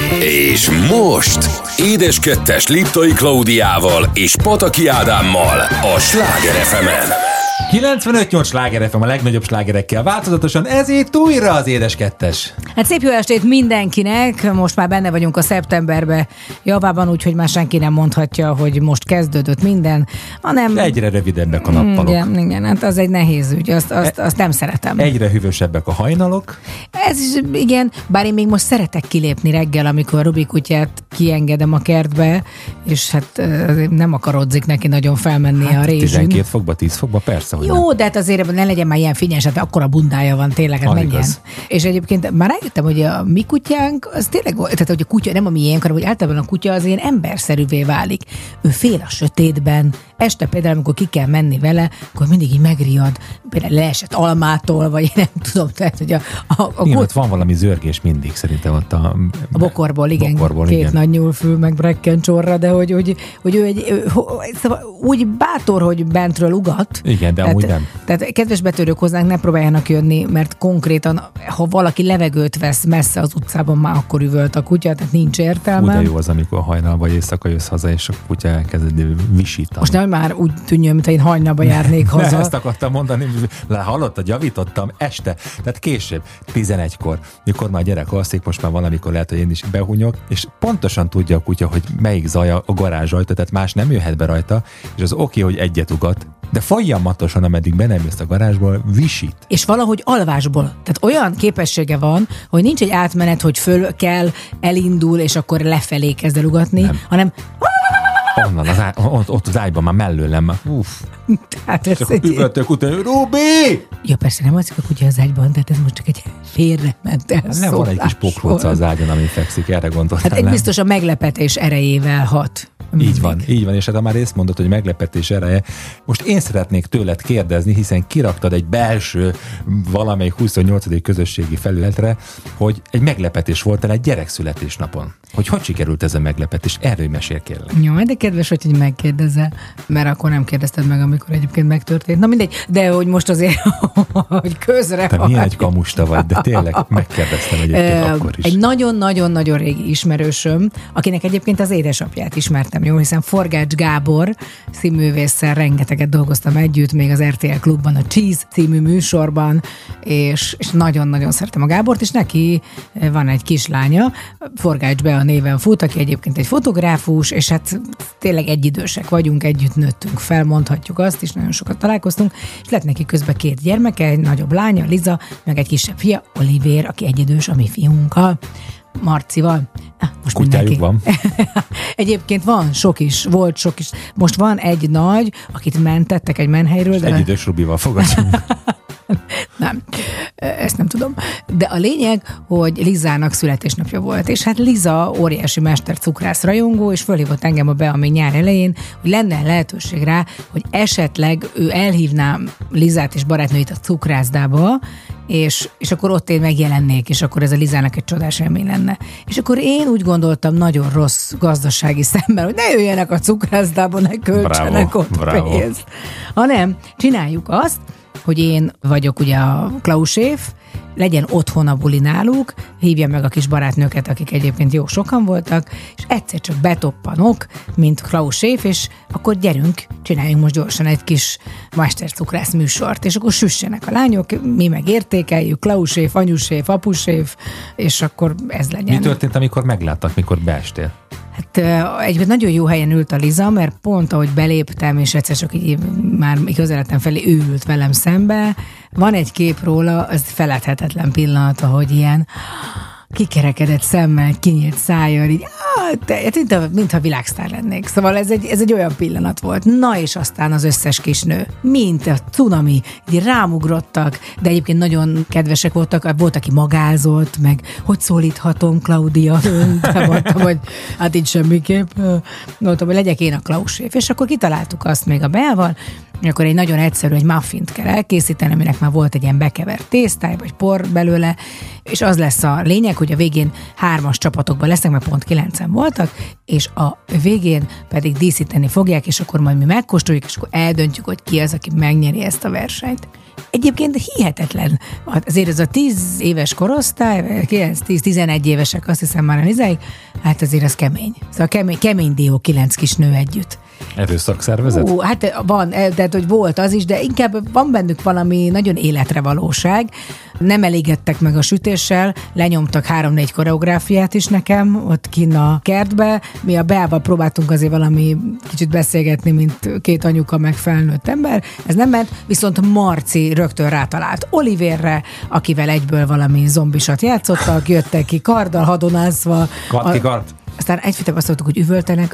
És most Édes Kettes Liptai Klaudiával és Pataki Ádámmal a Sláger FM-en. 95-8 Sláger FM a legnagyobb slágerekkel változatosan, ez itt újra az Édes Kettes. Hát szép jó estét mindenkinek, most már benne vagyunk a szeptemberbe javában, úgyhogy már senki nem mondhatja, hogy most kezdődött minden, hanem... Egyre rövidebbek a nappalok. Igen, hát az egy nehéz ügy, azt nem szeretem. Egyre hűvösebbek a hajnalok. Ez is, igen, bár én még most szeretek kilépni reggel, amikor a Rubi kutyát kiengedem a kertbe, és hát nem akarodzik neki nagyon felmenni a rézsűn. 12 fokba, 10 fokba, persze, hogy jó, nem. de hát azért ne legyen már ilyen fényes, hát akkora bundája van tényleg, hát menjen. És egyébként már rájöttem, hogy a mi kutyánk, az tényleg, tehát hogy a kutya nem a miénk, hanem hogy általában a kutya az ilyen emberszerűvé válik. Ő fél a sötétben, este például, amikor ki kell menni vele, akkor mindig így megriad, például leesett almától, vagy én nem tudom, tehát, hogy igen, ott van valami zörgés mindig, szerintem ott a bokorból, igen, két nagy nyúlfül, meg brekkencsorra, de hogy ő szóval úgy bátor, hogy bentről ugat. Igen, de amúgy nem. Tehát kedves betörők hozzánk ne próbáljanak jönni, mert konkrétan, ha valaki levegőt vesz messze az utcában, már akkor üvölt a kutya, tehát nincs értelme. Fú, de jó az, amikor hajnal vagy éjszaka jössz haza, és a kutya elkezd visítani. Most nem már úgy tűnjön, mintha én hajnalba járnék haza. Ezt akartam mondani, hallottad, javítottam este, tehát később, 11-kor, mikor már gyerek alszik, most már valamikor lehet, hogy én is behunyok, és pontosan tudja a kutya, hogy melyik zaj a garázs ajta, tehát más nem jöhet be rajta, és az oké, hogy egyet ugat, de folyamatosan, ameddig be nem jössz a garázsból, visít. És valahogy alvásból. Tehát olyan képessége van, hogy nincs egy átmenet, hogy föl kell, elindul, és akkor lefelé kezd el ugatni, nem. Hanem onnan, ott az ágyban már mellőlem. Uff. Tehát ez egy... Üvöltök után, Rubi! Ja, persze nem alszik a kutya az ágyban, tehát ez most csak egy félrement nem van egy kis poklóca az ágyon, ami fekszik, erre gondoltam. Hát egy biztos a meglepetés erejével hat. Így van, és hát már ezt mondod, hogy meglepetés ereje. Most én szeretnék tőled kérdezni, hiszen kiraktad egy belső valamelyik 28. közösségi felületre, hogy egy meglepetés voltál egy gyerekszületésnapon. Hogy sikerült ez a meglepetés? Erről mesél, kérlek. Jó, de kedves, hogy megkérdezel, mert akkor nem kérdezted meg, amikor egyébként megtörtént. Na mindegy, de hogy most azért, hogy közre te milyen egy kamusta vagy, de tényleg megkérdeztem egyébként akkor is. Egy nagyon-nagyon-nagyon régi ismerősöm, akinek egyébként az édesapját ismertem jól, hiszen Forgács Gábor színművésszel rengeteget dolgoztam együtt, még az RTL Klubban, a Cheese című műsorban, és nagyon-nagyon szeretem a Gábort, és neki van egy kislánya, Forgács Bea néven fut, aki egyébként egy fotográfus, és hát tényleg egyidősek vagyunk, együtt nőttünk fel, mondhatjuk azt, és nagyon sokat találkoztunk, és lett neki közben 2 gyermeke, egy nagyobb lánya, Liza, meg egy kisebb fia, Olivér, aki egyidős a mi fiunkkal, Marcival. Most kutyájuk van. Egyébként volt sok is. Most van egy nagy, akit mentettek egy menhelyről. De egyidős Rubival fogadjunk. Nem, ezt nem tudom. De a lényeg, hogy Lizának születésnapja volt, és hát Liza óriási mester cukrász rajongó, és fölhívott engem a Bea még nyár elején, hogy lenne lehetőség rá, hogy esetleg ő elhívná Lizát és barátnőit a cukrászdába, és akkor ott én megjelennék, és akkor ez a Lizának egy csodás élmény lenne. És akkor én úgy gondoltam nagyon rossz gazdasági szemmel, hogy ne jöjjenek a cukrászdába, ne költsenek ott pénzt. Hanem csináljuk azt, hogy én vagyok ugye a Klauséf, legyen otthon a buli náluk, hívja meg a kis barátnőket, akik egyébként jó sokan voltak, és egyszer csak betoppanok, mint Klauséf, és akkor gyerünk, csináljunk most gyorsan egy kis mestercukrász műsort, és akkor süssenek a lányok, mi meg értékeljük, Klauséf, anyuséf, apuséf, és akkor ez legyen. Mi történt, amikor megláttak, mikor beestél? Hát egyébként nagyon jó helyen ült a Liza, mert pont ahogy beléptem, és egyszer csak így már közeledtem felé, ő ült velem szembe. Van egy kép róla, az feledhetetlen pillanat, ahogy ilyen kikerekedett szemmel, kinyílt szájjal, így, mintha világsztár lennék. Szóval ez egy olyan pillanat volt. Na és aztán az összes kisnő, mint a cunami, így rámugrottak, de egyébként nagyon kedvesek voltak, volt, aki magázott, meg hogy szólíthatom, Klaudia? Mondtam, hogy hát így semmiképp. Mondtam, hogy legyek én a Klauséf. És akkor kitaláltuk azt még a Beával, akkor egy nagyon egyszerű, egy muffint kell elkészíteni, aminek már volt egy ilyen bekevert tésztály, vagy por belőle, és az lesz a lényeg, hogy a végén 3-as csapatokban lesznek, mert pont 9-en voltak, és a végén pedig díszíteni fogják, és akkor majd mi megkóstoljuk, és akkor eldöntjük, hogy ki az, aki megnyeri ezt a versenyt. Egyébként hihetetlen. Azért ez a 10 éves korosztály, 9-10-11 évesek, azt hiszem már a Lizáig, hát azért ez kemény. Szóval kemény dió 9 kis nő együtt. Erőszakszervezet? Hát van, tehát hogy volt az is, de inkább van bennük valami nagyon életre valóság. Nem elégedtek meg a sütéssel, lenyomtak 3-4 koreográfiát is nekem, ott kinn a kertbe. Mi a Beával próbáltunk azért valami kicsit beszélgetni, mint két anyuka meg felnőtt ember. Ez nem ment, viszont Marci rögtön rátalált Oliverre, akivel egyből valami zombisat játszottak, jöttek ki karddal, hadonázva. Kart. Aztán egyfajta azt mondtuk, hogy üvöltenek,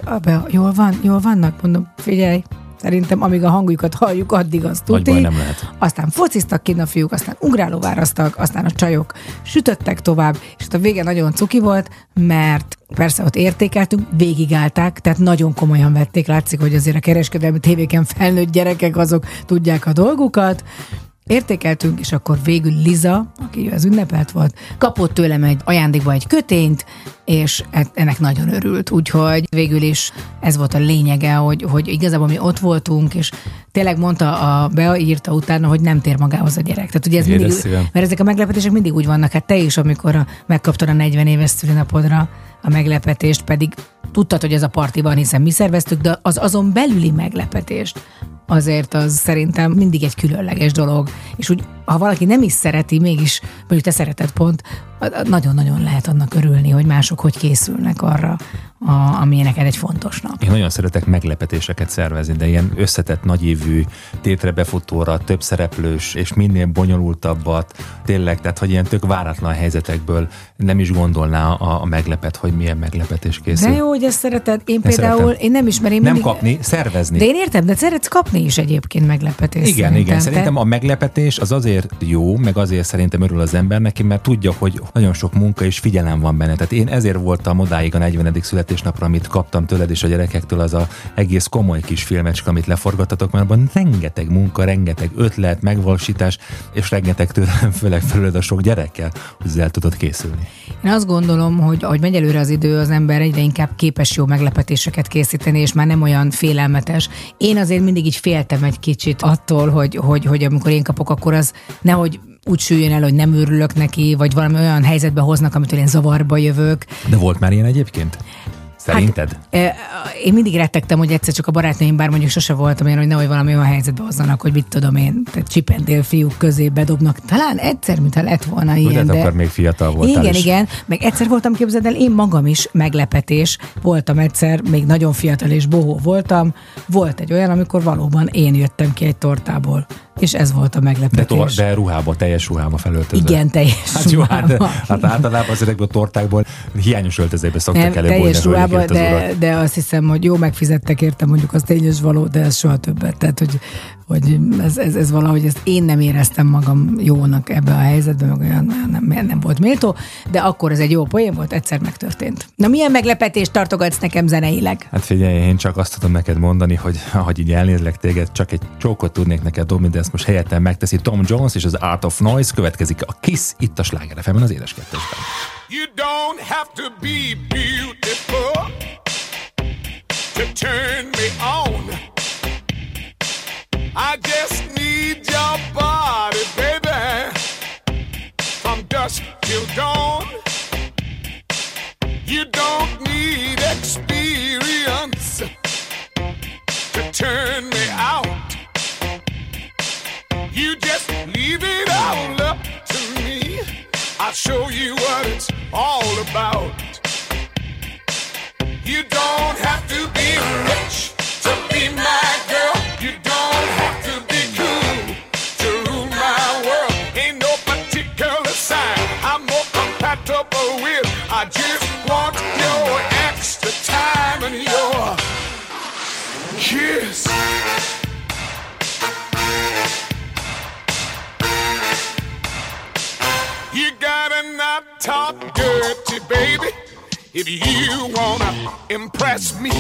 jól vannak? Mondom, figyelj, szerintem amíg a hangjukat halljuk, addig az tuti. Nagy baj nem lehet. Aztán fociztak kint a fiúk, aztán ugrálóvároztak, aztán a csajok sütöttek tovább, és ott a vége nagyon cuki volt, mert persze ott értékeltünk, végigállták, tehát nagyon komolyan vették, látszik, hogy azért a kereskedelmi tévéken felnőtt gyerekek azok tudják a dolgukat. Értékeltünk, és akkor végül Liza, aki az ünnepelt volt, kapott tőlem egy ajándékba egy kötényt, és ennek nagyon örült. Úgyhogy végül is ez volt a lényege, hogy igazából mi ott voltunk, és tényleg mondta, Bea írta utána, hogy nem tér magához a gyerek. Tehát ugye ez mindig, mert ezek a meglepetések mindig úgy vannak, hát te is, amikor megkaptad a 40 éves szülinapodra a meglepetést, pedig tudtad, hogy ez a parti van, hiszen mi szerveztük, de az azon belüli meglepetést, azért az szerintem mindig egy különleges dolog. És úgy, ha valaki nem is szereti, mégis, mondjuk te szereted pont, nagyon-nagyon lehet annak örülni, hogy mások hogy készülnek arra, ami neked egy fontos nap. Én nagyon szeretek meglepetéseket szervezni, de ilyen összetett, nagyévű, tétre befutóra, több szereplős, és minél bonyolultabbat, tényleg, tehát hogy ilyen tök váratlan helyzetekből nem is gondolná a meglepet, hogy milyen meglepetés készül. De jó, hogy ezt szereted. Én például, én nem ismerem. Nem kapni, szervezni. De én értem, de szeretsz kapni is egyébként meglepetést. Igen, szerintem a meglepetés az azért jó, meg azért szerintem örül az ember neki, mert tudja, hogy nagyon sok munka és figyelem van benne. Tehát én ezért voltam odáig a 40. születésnapra, amit kaptam tőled és a gyerekektől, az a egész komoly kis filmecske, amit leforgattatok, mert abban rengeteg munka, rengeteg ötlet, megvalósítás, és rengeteg tőlem, főleg felőled a sok gyerekkel, hogy ezzel tudod készülni. Én azt gondolom, hogy ahogy megy előre az idő, az ember egyre inkább képes jó meglepetéseket készíteni, és már nem olyan félelmetes. Én azért mindig így féltem egy kicsit attól, hogy amikor én kapok, akkor az nehogy úgy süljön el, hogy nem örülök neki, vagy valami olyan helyzetbe hoznak, amitől én zavarba jövök. De volt már ilyen egyébként? Szerinted? Hát, én mindig rettegtem, hogy egyszer csak a barátnőim, bár mondjuk sose voltam olyan, hogy nehogy valami olyan helyzetbe hozzanak, hogy mit tudom én, tehát csipendél fiúk közé bedobnak. Talán egyszer, mintha lett volna ilyen. De akkor még fiatal voltál is. Igen, meg egyszer voltam, képzeld el, én magam is meglepetés. Voltam egyszer, még nagyon fiatal és bohó voltam. Volt egy olyan, amikor valóban én jöttem ki egy tortából. És ez volt a meglepetés. De ruhába, teljes ruhába felöltözve. Igen, teljes ruhába. Hát általában ezekből a tortákból hiányos öltözékbe szoktak előbb teljes ruhába, de azt hiszem, hogy jó megfizettek értem, mondjuk az tényleg való, de ez soha többet. Tehát, hogy ez valahogy, ezt én nem éreztem magam jónak ebbe a helyzetben, meg olyan nem volt méltó, de akkor ez egy jó poén volt, egyszer megtörtént. Na, milyen meglepetést tartogatsz nekem zeneileg? Hát figyelj, én csak azt tudom neked mondani, hogy ahogy így elnézlek téged, csak egy csókot tudnék neked dobni, de ezt most helyettem megteszi Tom Jones és az Art of Noise, következik a Kiss itt a Sláger FM-en az Édes Kettesben. You don't have to be beautiful to turn me on. I just need your body, baby, from dusk till dawn. You don't need experience to turn me out. You just leave it all up to me. I'll show you what it's all about. You don't have to be rich to be my girl. You don't have to be cool to rule my world. Ain't no particular sign I'm more compatible with. I just want your extra time and your kiss. You gotta not talk dirty, baby, if you wanna impress me.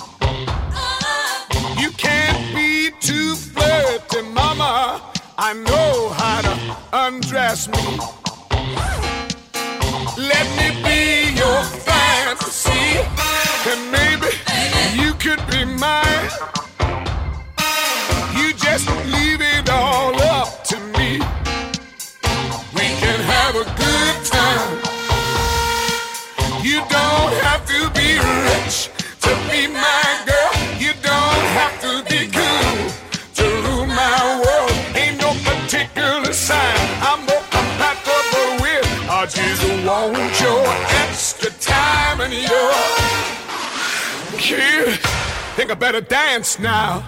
You can't be too flirty, mama. I know how to undress me. let me be your fantasy, and maybe you could be mine. You just leave it all up to me. We can have a good time. You don't have to be rich to be my girl. You don't have to be cool to rule my world. Ain't no particular sign I'm more compatible with. I just want your extra time and your kid. Think I better dance now.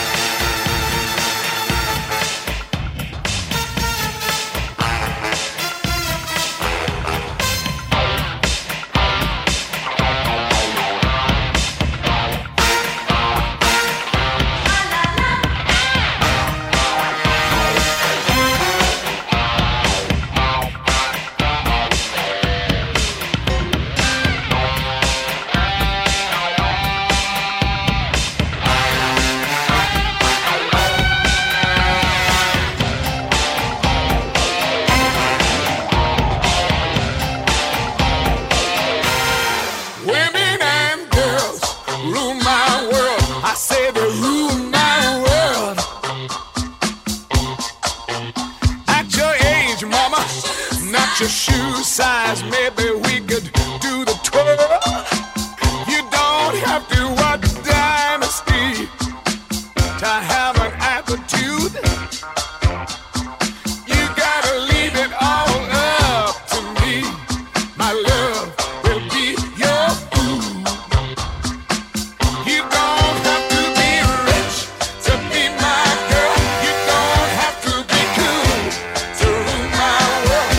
Your shoe size, maybe we could do the twirl. You don't have to watch Dynasty to have an attitude. You gotta leave it all up to me. My love will be your food. You don't have to be rich to be my girl. You don't have to be cool to rule my world.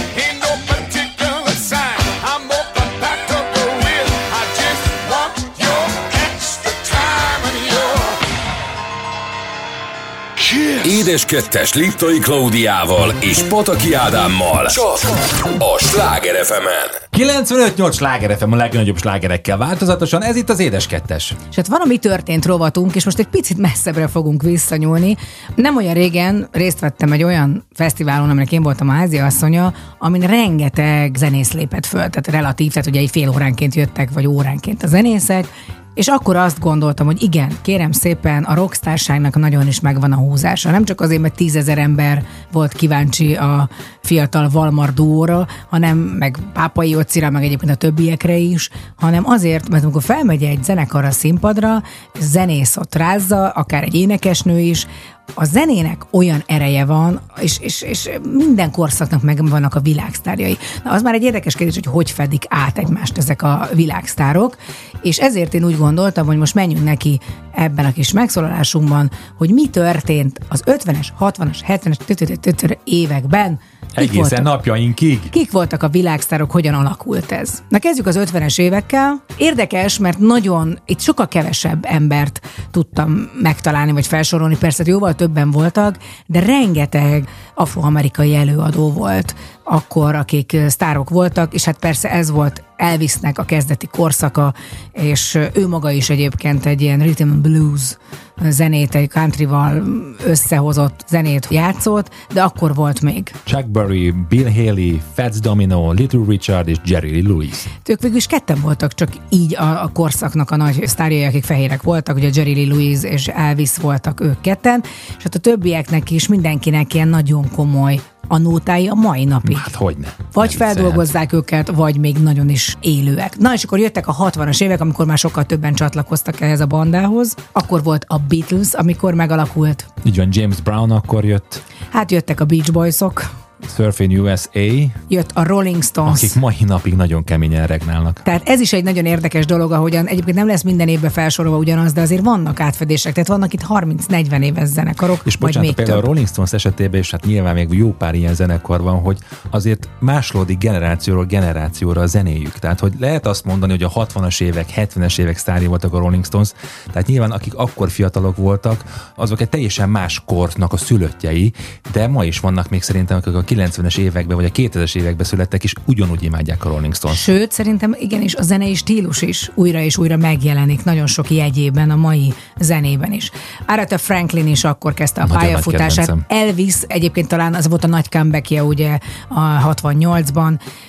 Édes Kettes Liptai Klaudiával és Pataki Ádámmal csak a Sláger FM-en. 95-8 Sláger FM a legnagyobb slágerekkel változatosan, ez itt az Édes Kettes. És hát valami történt rovatunk, és most egy picit messzebbre fogunk visszanyúlni. Nem olyan régen részt vettem egy olyan fesztiválon, aminek én voltam a háziasszonya, amin rengeteg zenész lépett föl, tehát relatív, tehát ugye egy fél óránként jöttek, vagy óránként a zenészek, és akkor azt gondoltam, hogy igen, kérem szépen, a rockstárságnak nagyon is megvan a húzása. Nem csak azért, mert 10 000 ember volt kíváncsi a fiatal Valmar duóra, hanem meg Pápai Occira, meg egyébként a többiekre is, hanem azért, mert amikor felmegy egy zenekar a színpadra, zenész ott rázza, akár egy énekesnő is, a zenének olyan ereje van, és minden korszaknak megvannak a világsztárjai. Na, az már egy érdekes kérdés, hogy fedik át egymást ezek a világsztárok, és ezért én úgy gondoltam, hogy most menjünk neki ebben a kis megszólalásunkban, hogy mi történt az 50-es, 60-as, 70-es években. Egészen napjainkig. Kik voltak a világsztárok, hogyan alakult ez? Na kezdjük az 50-es évekkel. Érdekes, mert itt sokkal kevesebb embert tudtam megtalálni, vagy felsorolni, persze jóval többen voltak, de rengeteg afroamerikai előadó volt akkor, akik sztárok voltak, és hát persze ez volt Elvisnek a kezdeti korszaka, és ő maga is egyébként egy ilyen rhythm and blues zenét, egy countryval összehozott zenét játszott, de akkor volt még Chuck Berry, Bill Haley, Fats Domino, Little Richard és Jerry Lee Lewis. Ők végül is ketten voltak csak így a korszaknak a nagy sztárjai, akik fehérek voltak, ugye Jerry Lee Lewis és Elvis voltak ők ketten, és hát a többieknek is mindenkinek ilyen nagyon komoly a nótái a mai napig. Hát hogyne. Vagy feldolgozzák őket, vagy még nagyon is élőek. Na és akkor jöttek a 60-as évek, amikor már sokkal többen csatlakoztak ehhez a bandához. Akkor volt a Beatles, amikor megalakult. Így van, James Brown akkor jött. Hát jöttek a Beach Boysok. Surfing USA. Jött a Rolling Stones. Akik mai napig nagyon keményen regnálnak. Tehát ez is egy nagyon érdekes dolog, ahogyan egyébként nem lesz minden évben felsorolva ugyanaz, de azért vannak átfedések, tehát vannak itt 30-40 éves zenekarok, és vagy még például több. a Rolling Stones esetében, és hát nyilván még jó pár ilyen zenekar van, hogy azért másolódik generációról generációra a zenéjük. Tehát, hogy lehet azt mondani, hogy a 60-as évek, 70-es évek sztárjai voltak a Rolling Stones, tehát nyilván akik akkor fiatalok voltak, azok egy teljesen más kornak a szülöttjei, de ma is vannak még szerintem, akik a 90-es években vagy a 2000-es években születtek, és ugyanúgy imádják a Rolling Stones. Sőt, szerintem igenis a zenei stílus is újra és újra megjelenik nagyon sok jegyében a mai zenében is. Aretha Franklin is akkor kezdte a Nagyon pályafutását. Elvis egyébként talán az volt a nagy comebackje ugye a 68-ban,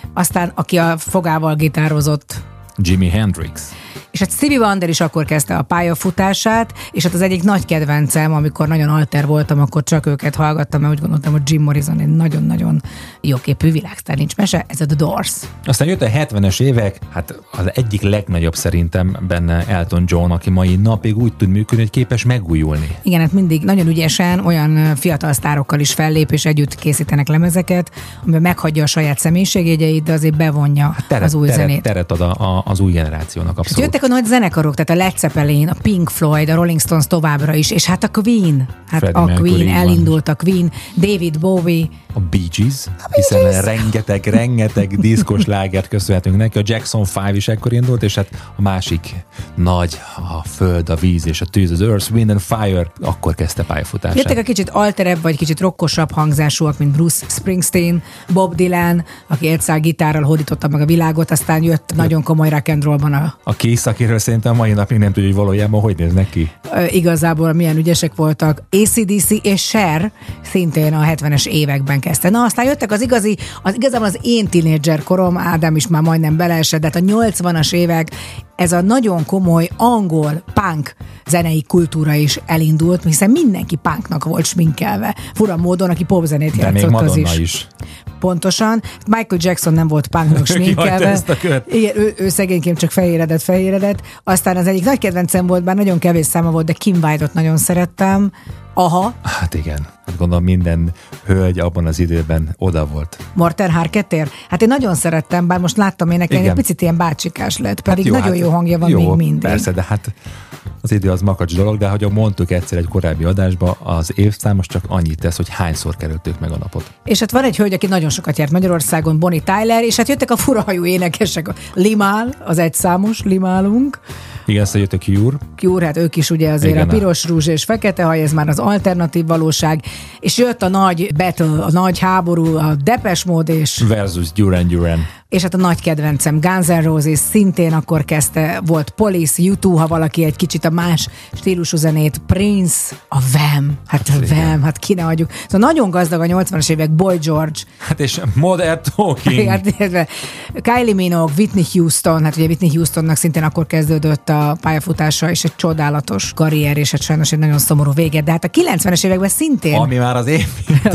aztán aki a fogával gitározott, Jimi Hendrix. és hát Stevie Wonder is akkor kezdte a pályafutását, és hát az egyik nagy kedvencem, amikor nagyon alter voltam, akkor csak őket hallgattam, mert úgy gondoltam, hogy Jim Morrison egy nagyon-nagyon jóképű világsztár, nincs mese, ez a The Doors. Aztán jött a 70-es évek, hát az egyik legnagyobb szerintem benne Elton John, aki mai napig úgy tud működni, hogy képes megújulni. Igen, hát mindig nagyon ügyesen olyan fiatal sztárokkal is fellép, és együtt készítenek lemezeket, amiben meghagyja a saját személyiségjegyeit, de azért bevonja az új zenét. Teret ad az új generációnak abszolút. Jöttek a nagy zenekarok, tehát a Led Zeppelin, a Pink Floyd, a Rolling Stones továbbra is, és hát a Queen, Freddie Mercury, elindult a Queen, David Bowie. A Bee Gees, hiszen rengeteg diszkos lágert köszönhetünk neki. A Jackson 5 is ekkor indult, és hát a másik nagy, a föld, a víz és a tűz, az Earth, Wind and Fire akkor kezdte pályafutását. Jöttek a kicsit alterebb, vagy kicsit rockosabb hangzásúak, mint Bruce Springsteen, Bob Dylan, aki egy szál gitárral hódította meg a világot, aztán jött nagyon komoly rock and rollban a Kiss, akiről szerintem mai napig nem tudja, hogy valójában hogy néznek ki. Igazából milyen ügyesek voltak. AC/DC és Cher szintén a 70-es években kezdte. Na, aztán jöttek igazából az én tínédzser korom, Ádám is már majdnem beleesett, de hát a 80-as évek, ez a nagyon komoly angol punk zenei kultúra is elindult, hiszen mindenki punknak volt sminkelve. Fura módon, aki popzenét de játszott, még Madonna az is. is. Pontosan. Michael Jackson nem volt punknak sminkelve. Igen, ő szegényként csak fehéredett. Aztán az egyik nagy kedvencem volt, bár nagyon kevés száma volt, de Kim Wilde-ot nagyon szerettem. Aha. Hát igen. Hát gondolom minden hölgy abban az időben oda volt. Morten Harketter? Hát én nagyon szerettem, bár most láttam énekelni, egy picit ilyen bácsikás lett, pedig hát nagyon jó hangja van még mindig. Persze, de hát az idő az makacs dolog, de ahogy mondtuk egyszer egy korábbi adásban, az évszámos csak annyit tesz, hogy hányszor kerültük meg a napot. És hát van egy hölgy, aki nagyon sokat járt Magyarországon, Bonnie Tyler, és hát jöttek a furahajú énekesek, a Limahl, az egyszámos Limálunk. Igen, aztán jött a Cure. Cure, hát ők is ugye azért igen, a piros rúzs és fekete haj, ez már az alternatív valóság, és jött a nagy battle, a nagy háború, a Depeche Mode és versus Duran Duran. És hát a nagy kedvencem Guns N' Roses szintén akkor kezdte, volt Police, U2, ha valaki egy kicsit a más stílusú zenét, Prince, a Wham, hát a Wham, hát ki ne hagyjuk. Szóval nagyon gazdag a 80-as évek, Boy George. Hát és Modern Talking. Hát, Kylie Minogue, Whitney Houston, hát ugye Whitney Houstonnak szintén akkor kezdődött a pályafutása, és egy csodálatos karrier, és hát sajnos egy nagyon szomorú vége, de hát a 90-es években szintén. Ami már az én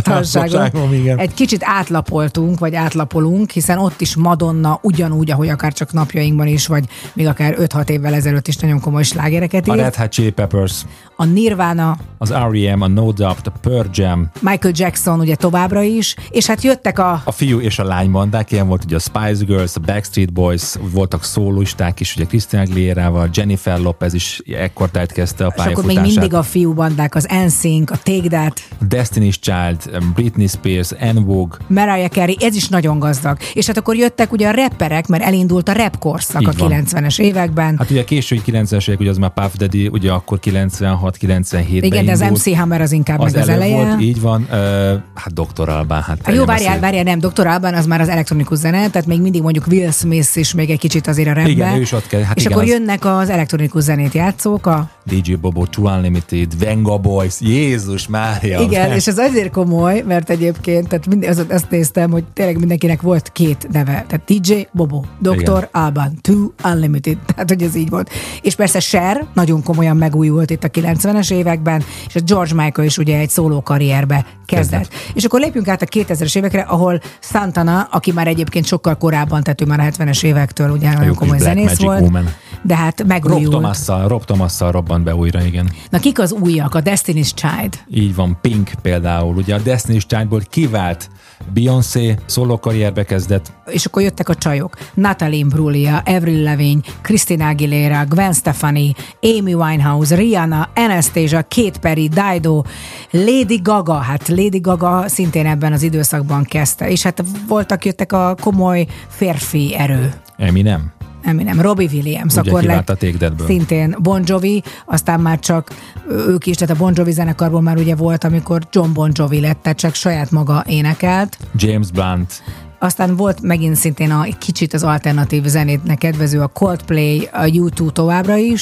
egy kicsit átlapoltunk, vagy átlapolunk, hiszen ott is Madonna ugyanúgy, ahogy akár csak napjainkban is, vagy még akár 5-6 évvel ezelőtt is nagyon komoly slágereket írt. A Red Hot Chili Peppers. A Nirvana. Az R.E.M., a No Doubt, a Pearl Jam. Michael Jackson ugye továbbra is, és hát jöttek a fiú és a lány bandák, ilyen volt ugye a Spice Girls, a Backstreet Boys, voltak szólisták is, ugye Christina Aguilera-val, Jennifer Lopez is ekkor kezdte a pályafutását. És akkor még mindig a fiú bandák, az NSYNC, a Take That, Destiny's Child, Britney Spears, En Vogue, Mariah Carey, ez is nagyon gazdag. És hát akkor jöttek ugye a rapperek, mert elindult a rap korszak így a 90-es években. Hát ugye késői 90-es évek, ugye az már Puff Daddy, ugye akkor 96-97-ben igen, de az MC Hammer az inkább az meg az eleje. Volt, így van. Hát Dr. Alban. Hát jó, várjál, nem, Dr. Alban az már az elektronikus zene, tehát még mindig mondjuk Will Smith is még egy kicsit azért a rapbe. Igen, ő is ott kell. Hát és igen, akkor jönnek az elektronikus zenét játszók, a DJ Bobo, Two Unlimited, Venga Boys, Jézus Mária. Igen, és ez azért komoly, mert egyébként, tehát azt néztem, hogy tényleg mindenkinek volt két neve, tehát DJ Bobo, Dr. Alban, Two Unlimited, tehát hogy ez így volt. És persze Cher nagyon komolyan megújult itt a 90-es években, és a George Michael is ugye egy szóló karrierbe kezdett. És akkor lépjünk át a 2000-es évekre, ahol Santana, aki már egyébként sokkal korábban, tehát ő már a 70-es évektől ugye nagyon komoly zenész volt, Woman. De hát megújult. Rob Thomasszal robbant be újra, igen. Na kik az újak? A Destiny's Child. Így van, Pink például. Ugye a Destiny's Childból kivált Beyoncé, szóló karrierbe kezdett. És akkor jöttek a csajok. Natalie Imbruglia, Avril Lavigne, Christina Aguilera, Gwen Stefani, Amy Winehouse, Rihanna, Anastasia, Katy Perry, Dido, Lady Gaga. Hát Lady Gaga szintén ebben az időszakban kezdte. És hát jöttek a komoly férfi erő. Eminem, Robbie Williams, ugye akkor lett szintén Bon Jovi, aztán már csak ők is, tehát a Bon Jovi zenekarból már ugye volt, amikor John Bon Jovi lett, tehát csak saját maga énekelt. James Blunt. Aztán volt megint szintén egy kicsit az alternatív zenétnek kedvező a Coldplay, a U2 továbbra is.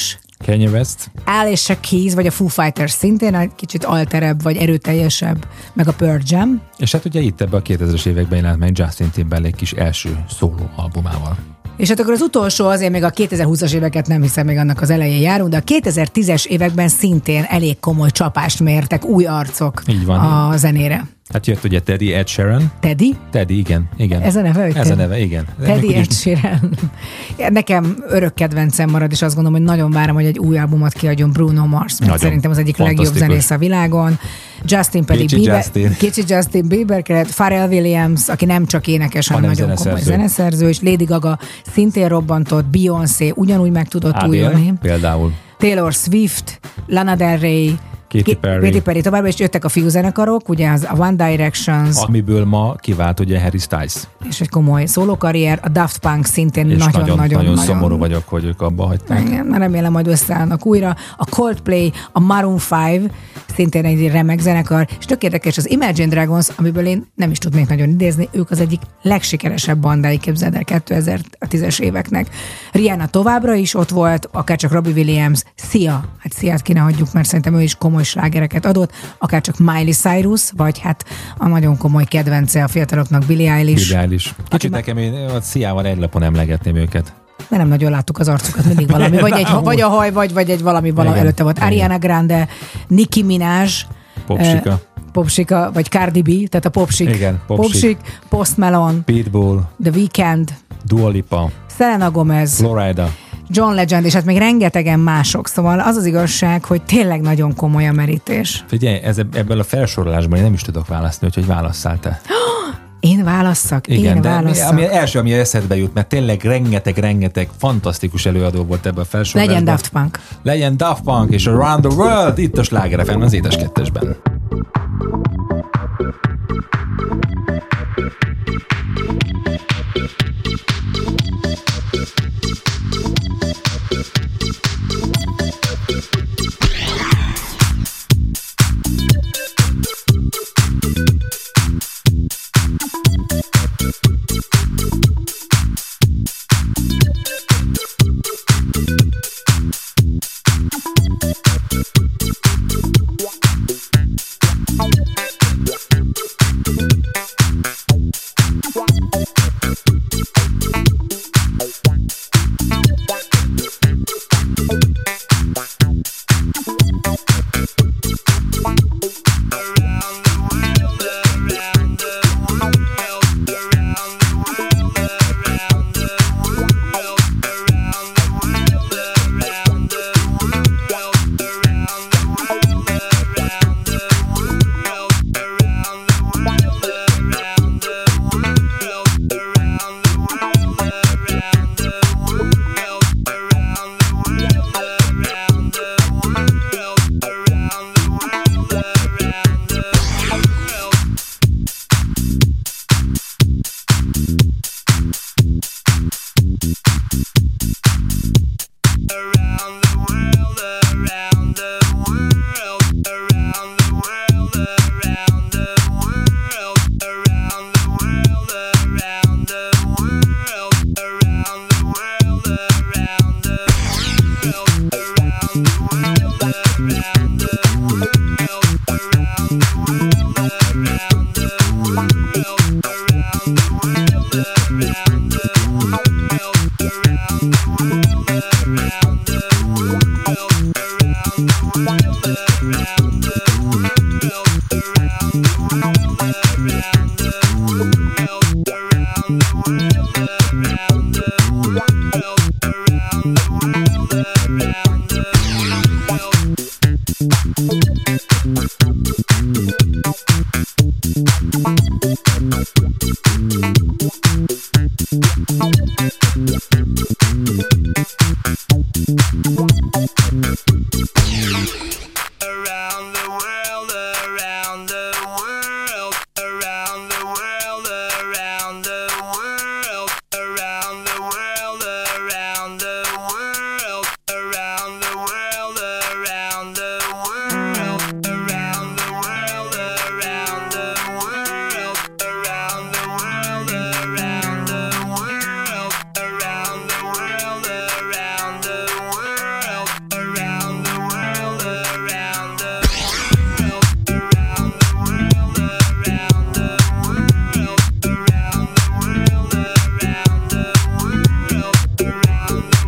Kanye West. Alicia Keys, vagy a Foo Fighters szintén egy kicsit alterebb, vagy erőteljesebb, meg a Pearl Jam. És hát ugye itt ebben a 2000-es években jelent meg Justin Timberlake kis első szóló albumával. És hát akkor az utolsó, azért még a 2020-as éveket nem hiszem, még annak az elején járunk, de a 2010-es években szintén elég komoly csapást mértek új arcok Így van. a zenére. Hát jött ugye Teddy, Ed Sheeran. Teddy? Teddy, igen. Ez a neve? Ez a neve, igen. Teddy Ed Sheeran. Nekem örök kedvencem marad, és azt gondolom, hogy nagyon várom, hogy egy új albumot kiadjon Bruno Mars, mert szerintem az egyik legjobb zenész a világon. Justin pedig Kicsi Justin Bieber, Pharrell Williams, aki nem csak énekes, hanem nagyon komoly zeneszerző, és Lady Gaga szintén robbantott, Beyoncé ugyanúgy meg tudott újulni. Például. Taylor Swift, Lana Del Rey, Katy Perry továbbra is jöttek a fiúzenekarok, ugye az a One Directions. Amiből ma kivált ugye Harry Styles. És egy komoly szólókarrier, a Daft Punk szintén és nagyon szomorú vagyok, hogy ők abba hagyták. Igen, remélem majd összeállnak újra. A Coldplay, a Maroon 5, szintén egy remek zenekar, és tök érdekes az Imagine Dragons, amiből én nem is tudnék nagyon idézni, ők az egyik legsikeresebb bandáig, képzeld el 2010-es éveknek. Rihanna továbbra is ott volt, akár csak Robbie Williams, Sia, hát Siát ki ne hagyjuk, mert szerintem ő is komoly slágereket adott, akár csak Miley Cyrus, vagy hát a nagyon komoly kedvence a fiataloknak Billie Eilish. Kicsit nekem én a Siával egy lapon emlegetném őket. De nem nagyon láttuk az arcukat, mindig valami, vagy a haj, vagy egy valami előtte volt. Ariana Grande, Nicki Minaj, Popsika, vagy Cardi B, tehát a Popsik, Post Malone, Pitbull, The Weeknd, Dua Lipa, Selena Gomez, Florida, John Legend, és hát még rengetegen mások. Szóval az az igazság, hogy tényleg nagyon komoly a merítés. Figyelj, ebből a felsorolásban én nem is tudok választani, úgyhogy válasszál te. Én válasszak? Igen, ami eszedbe jut, mert tényleg rengeteg fantasztikus előadó volt ebben a felsorolásban. Legyen Daft Punk, és Around the World itt a Sláger FM az Édes Kettesben.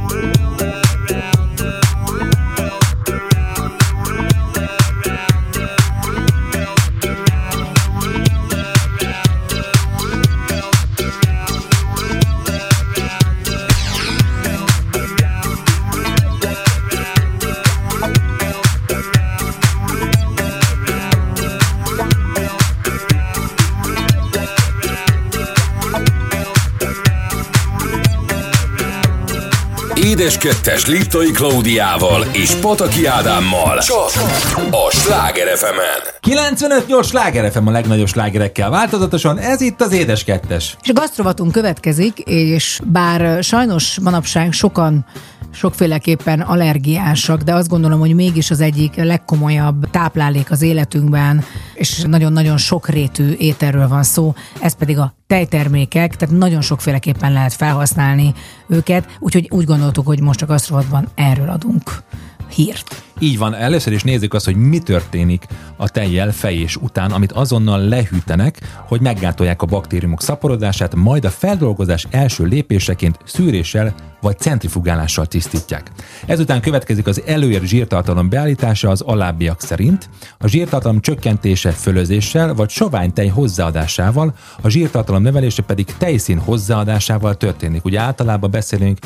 Édes Kettes Liptai Klaudiával és Pataki Ádámmal csak a Sláger FM-en. 95-8 Sláger FM a legnagyobb slágerekkel változatosan, ez itt az Édes Kettes. És a gasztrovatunk következik, és bár sajnos manapság sokan sokféleképpen allergiásak, de azt gondolom, hogy mégis az egyik legkomolyabb táplálék az életünkben, és nagyon-nagyon sokrétű ételről van szó, ez pedig a tejtermékek, tehát nagyon sokféleképpen lehet felhasználni őket, úgyhogy úgy gondoltuk, hogy most a gasztrovatban erről adunk hírt. Így van, először is nézzük azt, hogy mi történik a tejjel fejés után, amit azonnal lehűtenek, hogy meggátolják a baktériumok szaporodását, majd a feldolgozás első lépéseként szűréssel vagy centrifugálással tisztítják. Ezután következik az előírt zsírtartalom beállítása az alábbiak szerint, a zsírtartalom csökkentése fölözéssel vagy sovány tej hozzáadásával, a zsírtartalom növelése pedig tejszín hozzáadásával történik. Ugye általában beszélünk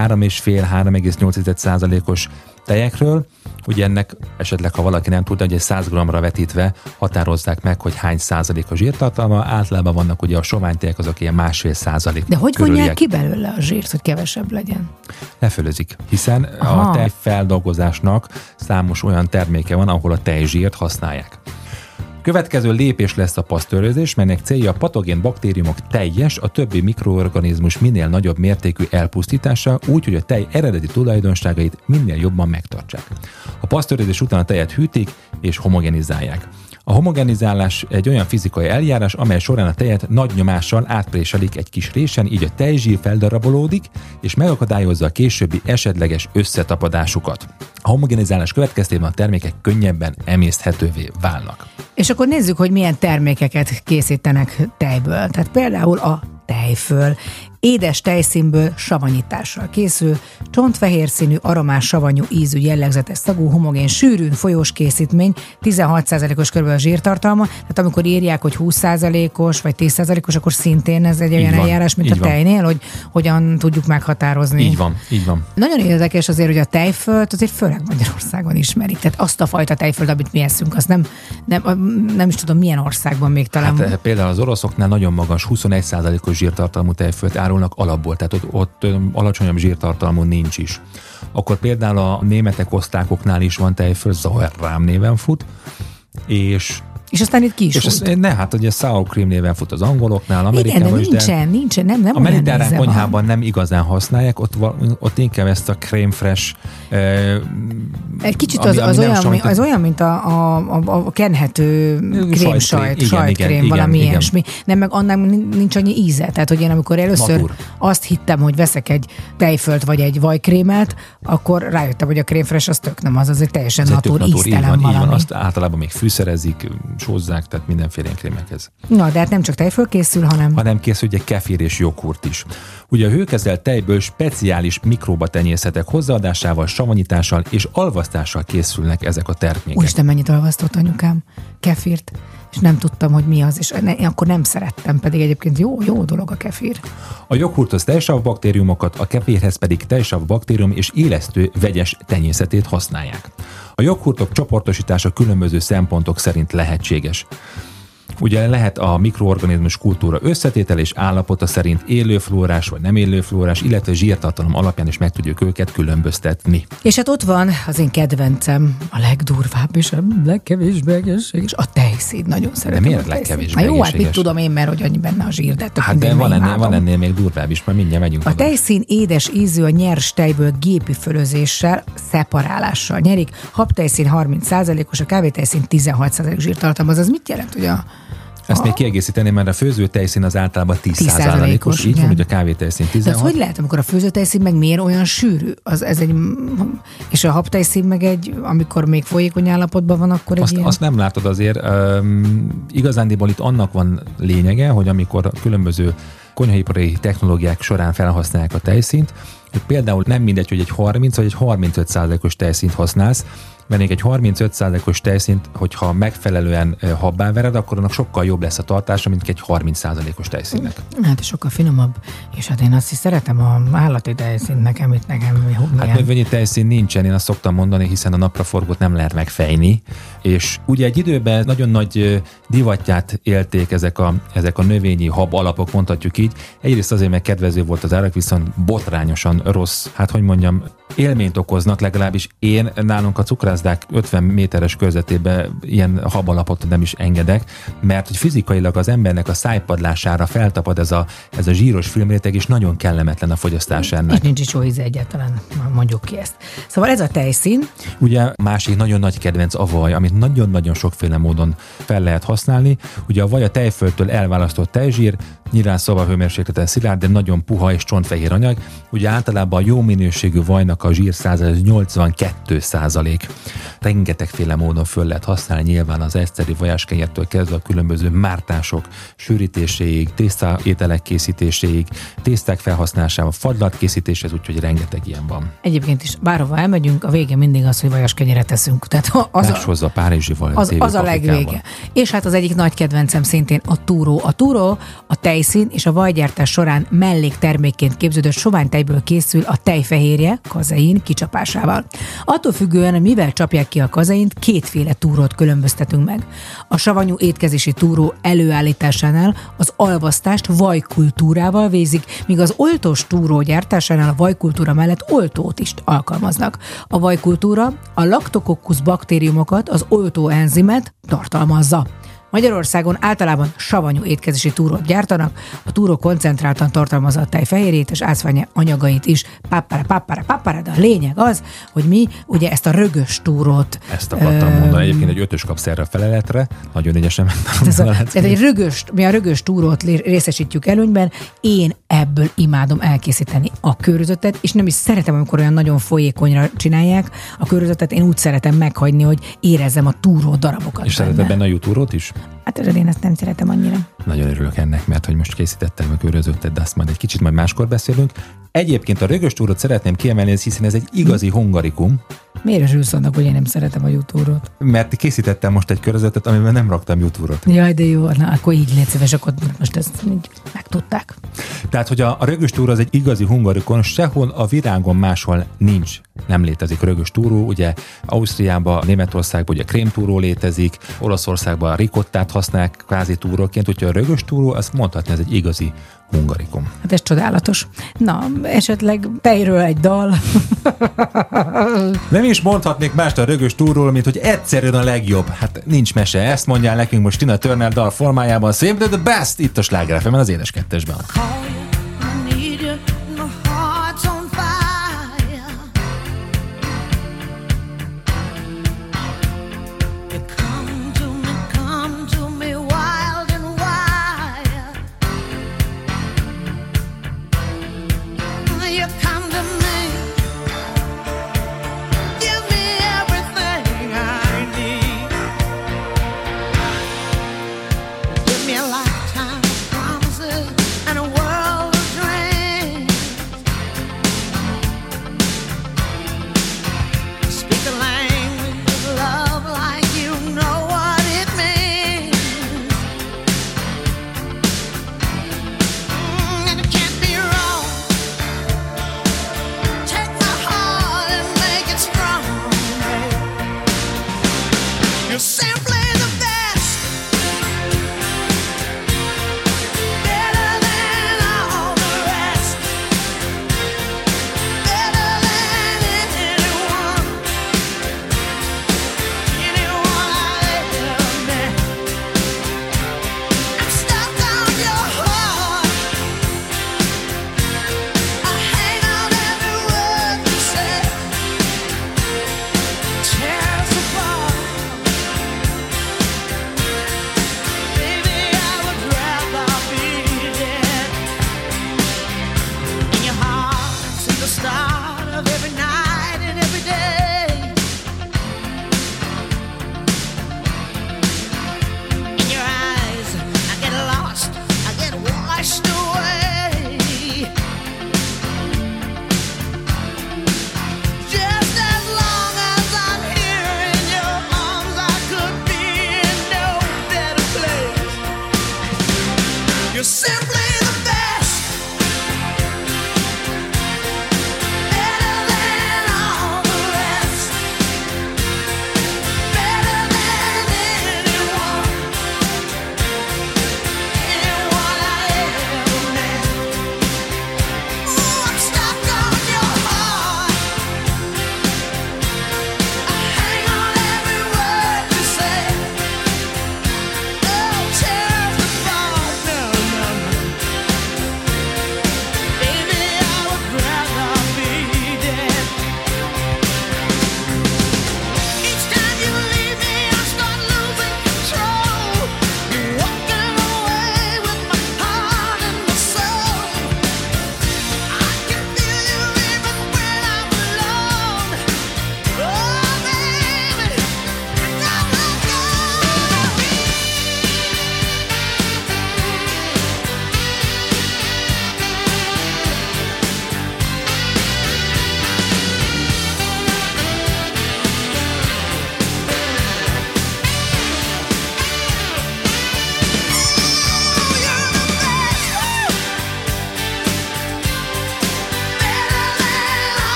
3,5-3,8%-os tejekről, ugye ennek esetleg, ha valaki nem tudja, hogy egy 100 g-ra vetítve határozzák meg, hogy hány százalék a zsírtartalma, általában vannak ugye a soványtejek, azok ilyen 1,5%. De hogy vonják ki belőle a zsírt, hogy kevesebb legyen? Lefölözik, hiszen a tejfeldolgozásnak számos olyan terméke van, ahol a tejzsírt használják. Következő lépés lesz a pasztőrözés, melynek célja a patogén baktériumok teljes, a többi mikroorganizmus minél nagyobb mértékű elpusztítása, úgy, hogy a tej eredeti tulajdonságait minél jobban megtartsák. A pasztőrözés után a tejet hűtik és homogenizálják. A homogenizálás egy olyan fizikai eljárás, amely során a tejet nagy nyomással átpréselik egy kis résen, így a tejzsír feldarabolódik, és megakadályozza a későbbi esetleges összetapadásukat. A homogenizálás következtében a termékek könnyebben emészthetővé válnak. És akkor nézzük, hogy milyen termékeket készítenek tejből. Tehát például a tejföl. Édes tejszínből savanyítással készül, csontfehér színű, aromás, savanyú ízű, jellegzetes szagú, homogén, sűrűn folyós készítmény, 16%-os körül a zsírtartalma, tehát amikor írják, hogy 20%-os vagy 10%-os, akkor szintén ez egy olyan eljárás, mint a tejnél, hogy hogyan tudjuk meghatározni. Így van, így van. Nagyon érdekes azért, hogy a tejfölt azért főleg Magyarországon ismerik. Tehát azt a fajta tejfölt, amit mi eszünk, azt nem is tudom milyen országban még talán. Hát például az oroszoknál nagyon magas, 21%-os zsírtartalmú tejfölt árulnak alapból, tehát ott alacsonyabb zsírtartalmú nincs is. Akkor például a németek, osztrákoknál is van tejföl, Sauerrahm néven fut, és aztán itt ki is fut. Hát ugye sour cream néven fut az angoloknál, Amerikában is, nincsen, nem a mediterrán konyhában nem igazán használják, ott inkább ezt a crème fraîche. Egy kicsit az olyan, mint a kenhető sajtkrém, valami ilyesmi. Nem, meg annak nincs annyi íze. Tehát, hogy én amikor először azt hittem, hogy veszek egy tejfölt vagy egy vajkrémet, akkor rájöttem, hogy a crème fraîche az tök nem az egy teljesen natur, íztelen valami. Így van, azt általában még fűszerezik, sózzák, tehát mindenféle krémekhez. Na, de hát nem csak tejföl készül, hanem készül ugye kefir és joghurt is. Ugye a hőkezelt tejből speciális mikróbatenyészetek hozzáadásával, savanyítással és alvasztással készülnek ezek a termékek. Úristen, mennyit alvasztott anyukám kefirt, és nem tudtam, hogy mi az, és akkor nem szerettem, pedig egyébként jó dolog a kefir. A joghurthoz tejsav baktériumokat, a kefirhez pedig tejsav baktérium és élesztő vegyes tenyészetét használják. A joghurtok csoportosítása különböző szempontok szerint lehetséges. Ugye lehet a mikroorganizmus kultúra összetétel és állapota szerint élőflórás vagy nem élőflórás, illetve zsírtartalom alapján is meg tudjuk őket különböztetni. És hát ott van az én kedvencem, a legdurvább és a legkevésbé egészséges, a tejszín. Nagyon szeretem. De miért legkevésbé egészséges? Jó, hát mit tudom én, mert hogy annyi benne a zsír, de van ennél még durvább is, mert mindjárt megyünk. A tejszín édes ízű a nyers tejből gépi fölözéssel, szeparálással nyerik. Habtejszín 30%-os, a kávétejszín 16%-os zsírtartalom. Az mit jelent, hogy ezt még kiegészíteném, mert a főzőtejszín az általában 10%-os, így van, hogy a kávétejszín 16. De hogy lehet, amikor a főzőtejszín meg miért olyan sűrű? És a habtejszín meg amikor még folyékony állapotban van, akkor azt nem látod azért. Igazándiból itt annak van lényege, hogy amikor különböző konyhaipari technológiák során felhasználják a tejszínt, Például nem mindegy, hogy egy 30 vagy egy 35%-os tejszínt használsz, mert még egy 35%-os tejszínt, hogyha megfelelően habbá vered, akkor annak sokkal jobb lesz a tartása, mint egy 30%-os tejszínnek. Hát sokkal finomabb, és hát én azt is szeretem a állati tejszínt, nekem milyen. Hát növényi tejszín nincsen, én azt szoktam mondani, hiszen a napraforgót nem lehet megfejni, és ugye egy időben nagyon nagy divatját élték ezek a növényi hab alapok, mondhatjuk így. Egyrészt azért, mert kedvező volt az árak, viszont botrányosan rossz, hát hogy mondjam, élményt okoznak, legalábbis én nálunk a cukrászdák 50 méteres körzetében ilyen habalapot nem is engedek, mert hogy fizikailag az embernek a szájpadlására feltapad ez a zsíros filmréteg, és nagyon kellemetlen a fogyasztás ennek. És nincs is jó íze egyáltalán, mondjuk ki ezt. Szóval ez a tejszín. Ugye másik nagyon nagy kedvenc a vaj, amit nagyon-nagyon sokféle módon fel lehet használni. Ugye a vaj a tejföldtől elválasztott tejzsír, nyilván szobahőmérsékleten szilárd, de nagyon puha és csontfehér anyag. Ugye általában a jó minőségű vajnak a zsír százalék 82%. Rengetegféle módon föl lehet használni, nyilván az egyszerű vajáskenyértől kezdve a különböző mártások sűrítéséig, tészta ételek készítéséig, tészták felhasználásával, fagylat készítéshez, úgyhogy rengeteg ilyen van. Egyébként is bárhova elmegyünk, a vége mindig az, hogy vajaskenyeret teszünk. Tehát az a párizsi vaj, az a legvége. És hát az egyik nagy kedvencem szintén a túró. A túró a tejszín és a vajgyártás során melléktermékként képződött soványtejből készül a tejfehérje, kazein kicsapásával. Attól függően, mivel csapják ki a kazeint, kétféle túrót különböztetünk meg. A savanyú étkezési túró előállításánál az alvasztást vajkultúrával végzik, míg az oltós túró gyártásánál a vajkultúra mellett oltót is alkalmaznak. A vajkultúra a Lactococcus baktériumokat, az oltó enzimet tartalmazza. Magyarországon általában savanyú étkezési túrót gyártanak, a túró koncentráltan tartalmazza a tejfehérjét és ásványi anyagait is. Pappara, de a lényeg az, hogy mi ugye ezt a rögös túrót... Ezt akartam mondani, egyébként egy 5-ös kapsz erre a feleletre, nagyon ügyesen megtalálom. Mi a rögös túrót részesítjük előnyben, én ebből imádom elkészíteni a körözötet, és nem is szeretem, amikor olyan nagyon folyékonyra csinálják a körözötet, én úgy szeretem meghagyni, hogy érezzem a túró darabokat. És szereted benne a jutúrót is? Hát én ezt nem szeretem annyira. Nagyon örülök ennek, mert hogy most készítettem a körözöttet, de azt majd egy kicsit majd máskor beszélünk. Egyébként a rögös túrót szeretném kiemelni, hiszen ez egy igazi hungarikum. Miért örülsz annak, hogy én nem szeretem a jutúrót? Mert készítettem most egy körözöttet, amiben nem raktam jutúrót. Jaj, de jó, na akkor így légy szíves, akkor most ezt így megtudták. Tehát, hogy a rögös túró az egy igazi hungarikon, sehol a virágon máshol nincs. Nem létezik rögös túró, ugye Ausztriában, Németországban ugye krémtúró létezik, Olaszországban a ricottát használják kvázi túróként, úgyhogy a rögös túró, azt mondhatni, ez egy igazi hungarikum. Hát ez csodálatos. Na, esetleg tejről egy dal. Nem is mondhatnék mást a rögös túról, mint hogy egyszerűen a legjobb. Hát nincs mese. Ezt mondják nekünk most Tina Turner dal formájában. Save the best! Itt a Sláger FM-en, az Édes Kettesben. Give me a lifetime of promises and a world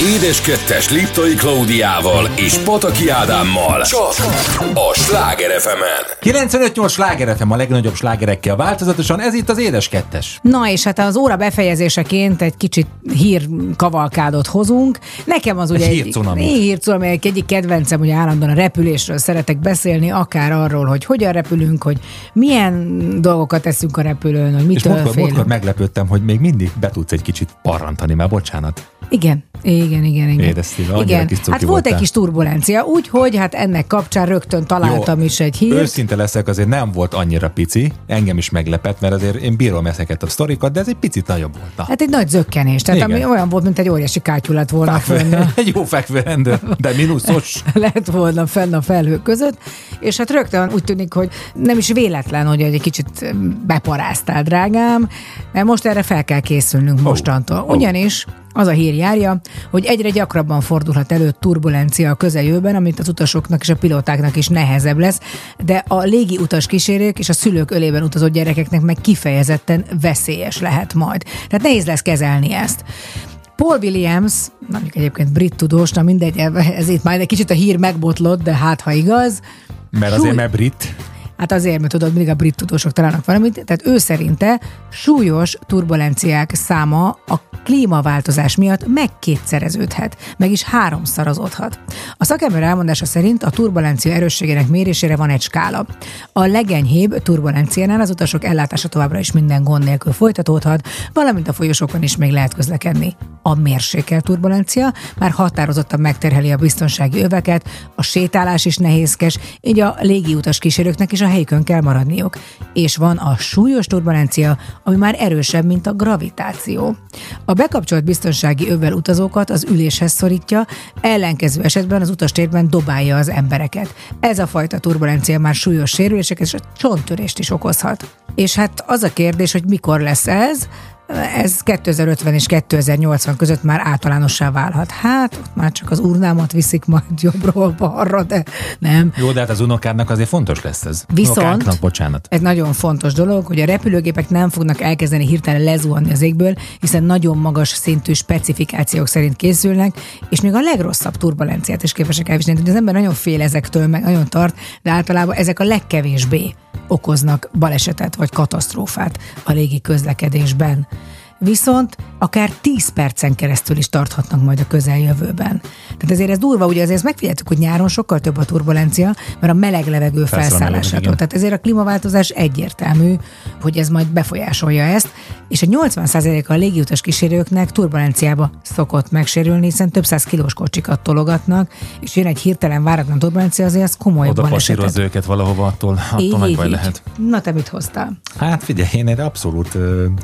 Édes Kettes Liptai Klaudiával és Pataki Ádámmal. Csak a Sláger FM-en. 95-8 Sláger FM, a legnagyobb slágerekkel változatosan, ez itt az Édes Kettes. Na és hát az óra befejezéseként egy kicsit hírkavalkádot hozunk. Nekem az ugye hírcunami egyik kedvencem, ugye állandóan a repülésről szeretek beszélni, akár arról, hogy hogyan repülünk, hogy milyen dolgokat teszünk a repülőn, hogy mitől félünk. És múltkor meglepődtem, hogy még mindig be tudsz egy kicsit parrantani, már bocsánat. Igen. Édes Szilva, igen. Hát volt egy kis turbulencia, úgyhogy hát ennek kapcsán rögtön találtam is egy hírt. Őszinte leszek, azért nem volt annyira pici, engem is meglepett, mert azért én bírom ezeket a sztorikat, de ez egy picit nagyobb volt. Na. Hát egy nagy zökkenés, tehát ami olyan volt, mint egy óriási kátyú lett volna fönn. Egy jó fekvőrendőr, de mínuszos. Lett volna fenn a felhők között, és hát rögtön úgy tűnik, hogy nem is véletlen, hogy egy kicsit beparáztál, drágám, mert most erre fel kell készülnünk mostantól. Ugyanis az a hír járja, hogy egyre gyakrabban fordulhat elő turbulencia a közeljövőben, amit az utasoknak és a pilótáknak is nehezebb lesz, de a légi utas kísérők és a szülők ölében utazó gyerekeknek meg kifejezetten veszélyes lehet majd. Tehát nehéz lesz kezelni ezt. Paul Williams, mondjuk egyébként brit tudós, na mindegy, ez itt már egy kicsit a hír megbotlott, de hát ha igaz. Mert azért, mert brit. Hát azért, mert tudod, mindig a brit tudósok találnak valamit, tehát ő szerinte súlyos turbulenciák száma a klímaváltozás miatt megkétszereződhet, meg is 3-szorozódhat. A szakember elmondása szerint a turbulencia erősségének mérésére van egy skála. A legenyhébb turbulenciánál az utasok ellátása továbbra is minden gond nélkül folytatódhat, valamint a folyosókon is még lehet közlekedni. A mérsékelt turbulencia már határozottan megterheli a biztonsági öveket, a sétálás is nehézkes, így a légiutas kísérőknek is a helyükön kell maradniuk. És van a súlyos turbulencia, ami már erősebb, mint a gravitáció. A bekapcsolt biztonsági övvel utazókat az üléshez szorítja, ellenkező esetben az utastérben dobálja az embereket. Ez a fajta turbulencia már súlyos sérüléseket és a csonttörést is okozhat. És hát az a kérdés, hogy mikor lesz ez? Ez 2050 és 2080 között már általánossá válhat. Hát ott már csak az urnámat viszik majd jobbról balra, de nem. Jó, de hát az unokádnak azért fontos lesz ez. Viszont egy nagyon fontos dolog, hogy a repülőgépek nem fognak elkezdeni hirtelen lezuhanni az égből, hiszen nagyon magas szintű specifikációk szerint készülnek, és még a legrosszabb turbulenciát is képesek elviselni. Az ember nagyon fél ezektől, meg nagyon tart, de általában ezek a legkevésbé okoznak balesetet vagy katasztrófát a légi közlekedésben. Viszont akár 10 percen keresztül is tarthatnak majd a közeljövőben. Tehát ezért ez durva, ugye azért megfigyeltük, hogy nyáron sokkal több a turbulencia, mert a meleg levegő felszállásától. Tehát ezért a klímaváltozás egyértelmű, hogy ez majd befolyásolja ezt, és a 80%-a a légiutas kísérőknek turbulenciába szokott megsérülni, hiszen több 100 kilós kocsikat tologatnak, és jön egy hirtelen váratlan turbulencia, azért az komoly balesetet. Oda pasírozz őket valahova, attól nagy baj lehet. Na, te mit hoztál? Hát figyelj, én erre abszolút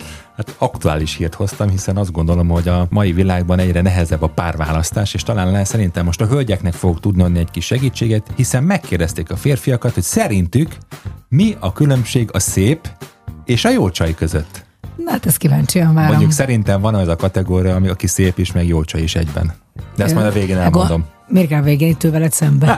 aktuális hírt hoztam, hiszen azt gondolom, hogy a mai világban egyre nehezebb a párválasztás, és talán szerintem most a hölgyeknek fogok tudni adni egy kis segítséget, hiszen megkérdezték a férfiakat, hogy szerintük mi a különbség a szép és a jó csaj között. Na, hát ezt kíváncsian várom. Mondjuk szerintem van az a kategória, aki szép is, meg jó csaj is egyben. De ezt majd a végén elmondom. Miért kell a végén itt veled szembe?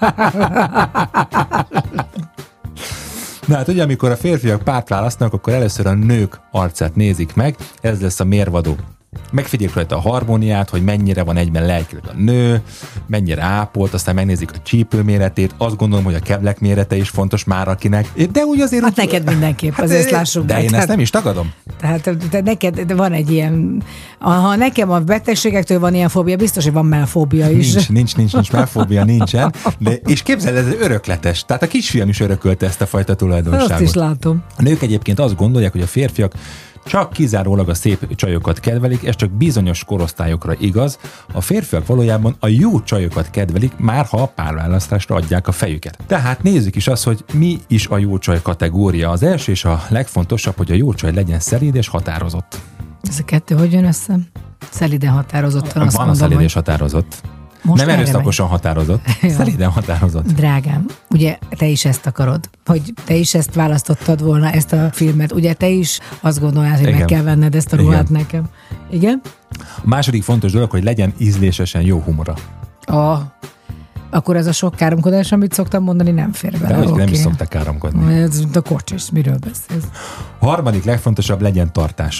Na hát ugye, amikor a férfiak párt választanak, akkor először a nők arcát nézik meg, ez lesz a mérvadó. Megfigyeljük rajta a harmóniát, hogy mennyire van egyben lelkileg a nő, mennyire ápolt, aztán megnézik a csípő méretét, azt gondolom, hogy a keblek mérete is fontos már akinek. De úgy azért... Hát neked mindenképp, hát azért lássuk. De én ezt nem is tagadom. Tehát neked van egy ilyen... Ha nekem a betegségektől van ilyen fóbia, biztos, hogy van melfóbia is. Nincs melfóbia, nincsen. És képzeld, ez örökletes. Tehát a kisfiam is örökölte ezt a fajta tulajdonságot. Azt is látom. A nők egyébként azt gondolják, hogy a férfiak csak kizárólag a szép csajokat kedvelik, ez csak bizonyos korosztályokra igaz. A férfiak valójában a jó csajokat kedvelik, már ha a párválasztásra adják a fejüket. Tehát nézzük is azt, hogy mi is a jó csaj kategória. Az első és a legfontosabb, hogy a jó csaj legyen szelíd és határozott. Ez a kettő hogy jön össze? Szelíden határozottan azt van mondom, a szelíd és határozott. Most nem erőszakosan határozott, szelíden határozott. Drágám, ugye te is ezt akarod, hogy te is ezt választottad volna, ezt a filmet, ugye te is azt gondolnád, hogy meg kell venned ezt a ruhát nekem. Igen? A második fontos dolog, hogy legyen ízlésesen jó humora. Akkor ez a sok káromkodás, amit szoktam mondani, nem fér bele. De nem is szoktak káromkodni. Ez a kocsis, miről beszélsz? A harmadik legfontosabb, legyen tartása.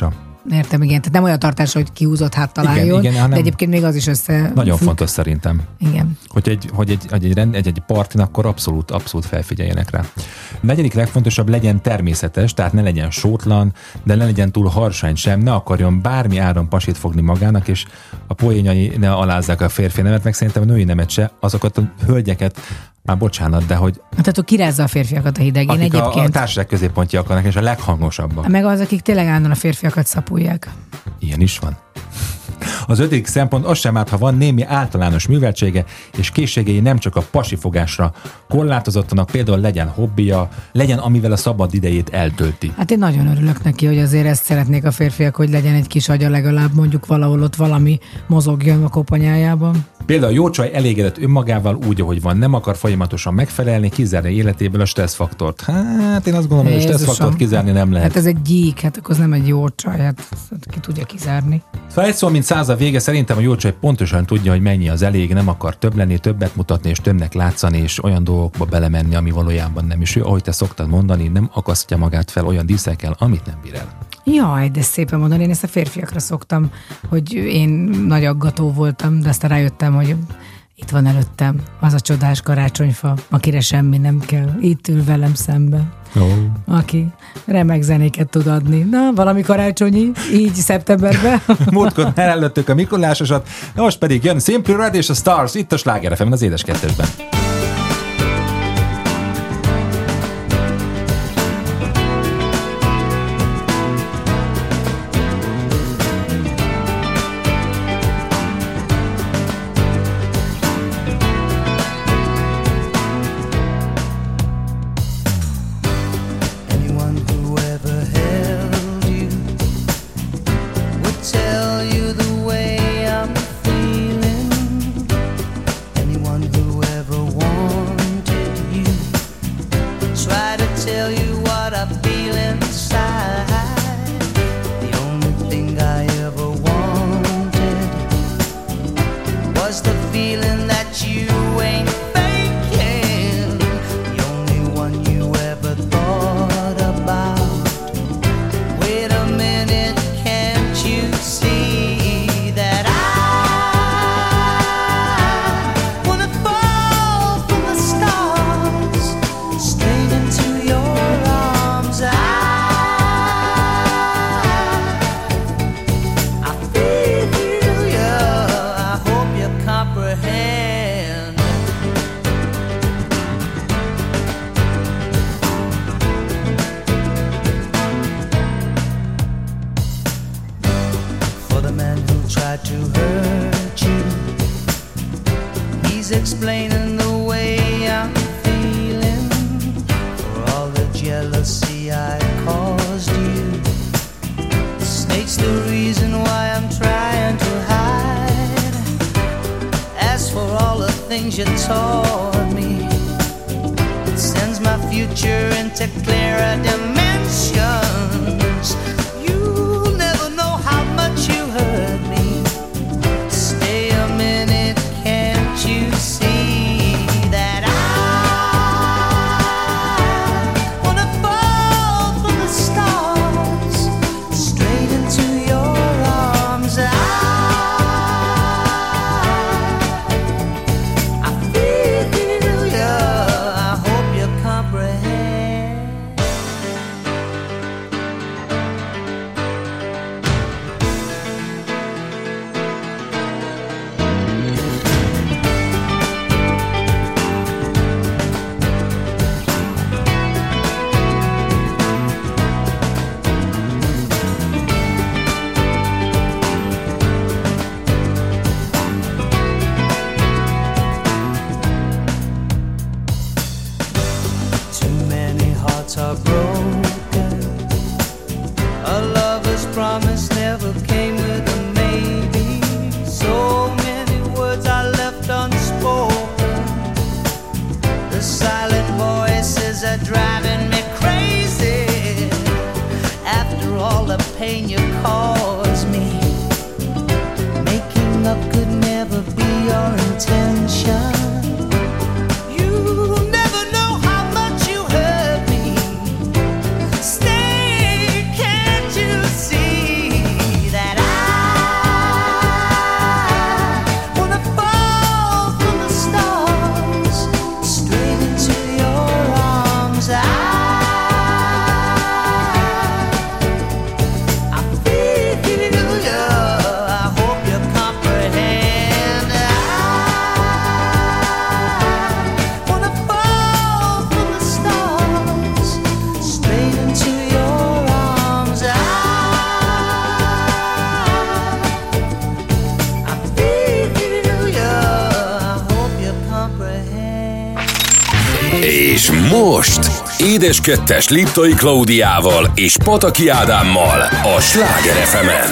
Értem, igen. Tehát nem olyan tartás, hogy kihúzott háttal álljon, igen, hanem de egyébként még az is össze. Nagyon fontos szerintem. Igen. Hogy egy partin akkor abszolút felfigyeljenek rá. Negyedik legfontosabb, legyen természetes, tehát ne legyen sótlan, de ne legyen túl harsány sem, ne akarjon bármi áron pasit fogni magának, és a poénjai ne alázzák a férfi nemet, meg szerintem a női nemet se, azokat a hölgyeket, már bocsánat, de hogy Tehát ott kirázza a férfiakat a hidegén akik egyébként. a társaság középpontja akarnak, és a leghangosabbak. Meg az, akik tényleg állandóan a férfiakat szapulják. Ilyen is van. Az 5. szempont az sem árt, ha van némi általános műveltsége, és készségei nem csak a pasifogásra korlátozottan, például legyen hobbija, legyen amivel a szabad idejét eltölti. Hát én nagyon örülök neki, hogy azért ezt szeretnék a férfiak, hogy legyen egy kis agya legalább, mondjuk valahol ott valami mozogjon a koponyájában. Például a jó csaj elégedett önmagával úgy, ahogy van, nem akar folyamatosan megfelelni, kizárni életéből a stresszfaktort. Hát én azt gondolom, hogy a stresszfaktort kizárni nem lehet. Hát ez egy gyík, hát akkor az nem egy jó csaj, hát ki tudja kizárni. Szóval egy szó, mint 100 a vége, szerintem a jó csaj pontosan tudja, hogy mennyi az elég, nem akar több lenni, többet mutatni, és többnek látszani, és olyan dolgokba belemenni, ami valójában nem is ő, ahogy te szoktad mondani, nem akasztja magát fel olyan díszekkel, amit nem bír el. Jaj, de szépen mondani, én ezt a férfiakra szoktam, hogy én nagy aggató voltam, de aztán rájöttem, hogy itt van előttem az a csodás karácsonyfa, akire semmi nem kell. Itt ül velem szemben. Aki remek zenéket tud adni. Na, valami karácsonyi, így szeptemberben. Múltkor előttük a Mikulásosat, most pedig jön Simple Red és a Stars, itt a Sláger FM-en, az Édes Kettesben. Explaining the way I'm feeling for all the jealousy I caused you. The snake's the reason why I'm trying to hide. As for all the things you taught me, it sends my future into clearer dimensions. You'll never know how much you hurt me. Stay a minute, can't you see that I wanna fall from the stars straight into your arms? I feel you, I hope you comprehend. És most Édes Kettes Liptai Klaudiával és Pataki Ádámmal a Sláger FM-en.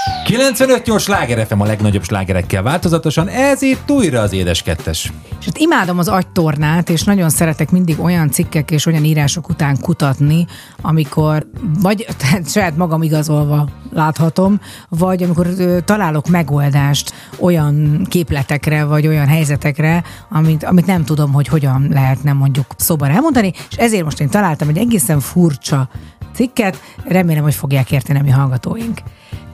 95-8 Sláger FM a legnagyobb slágerekkel változatosan, ez itt újra az Édes Kettes. És hát imádom az agytornát, és nagyon szeretek mindig olyan cikkek és olyan írások után kutatni, amikor vagy tehát saját magam igazolva láthatom, vagy amikor találok megoldást olyan képletekre, vagy olyan helyzetekre, amit nem tudom, hogy hogyan lehetne mondjuk szóban elmondani, és ezért most én találtam egy egészen furcsa cikket, remélem, hogy fogják érteni a mi hallgatóink.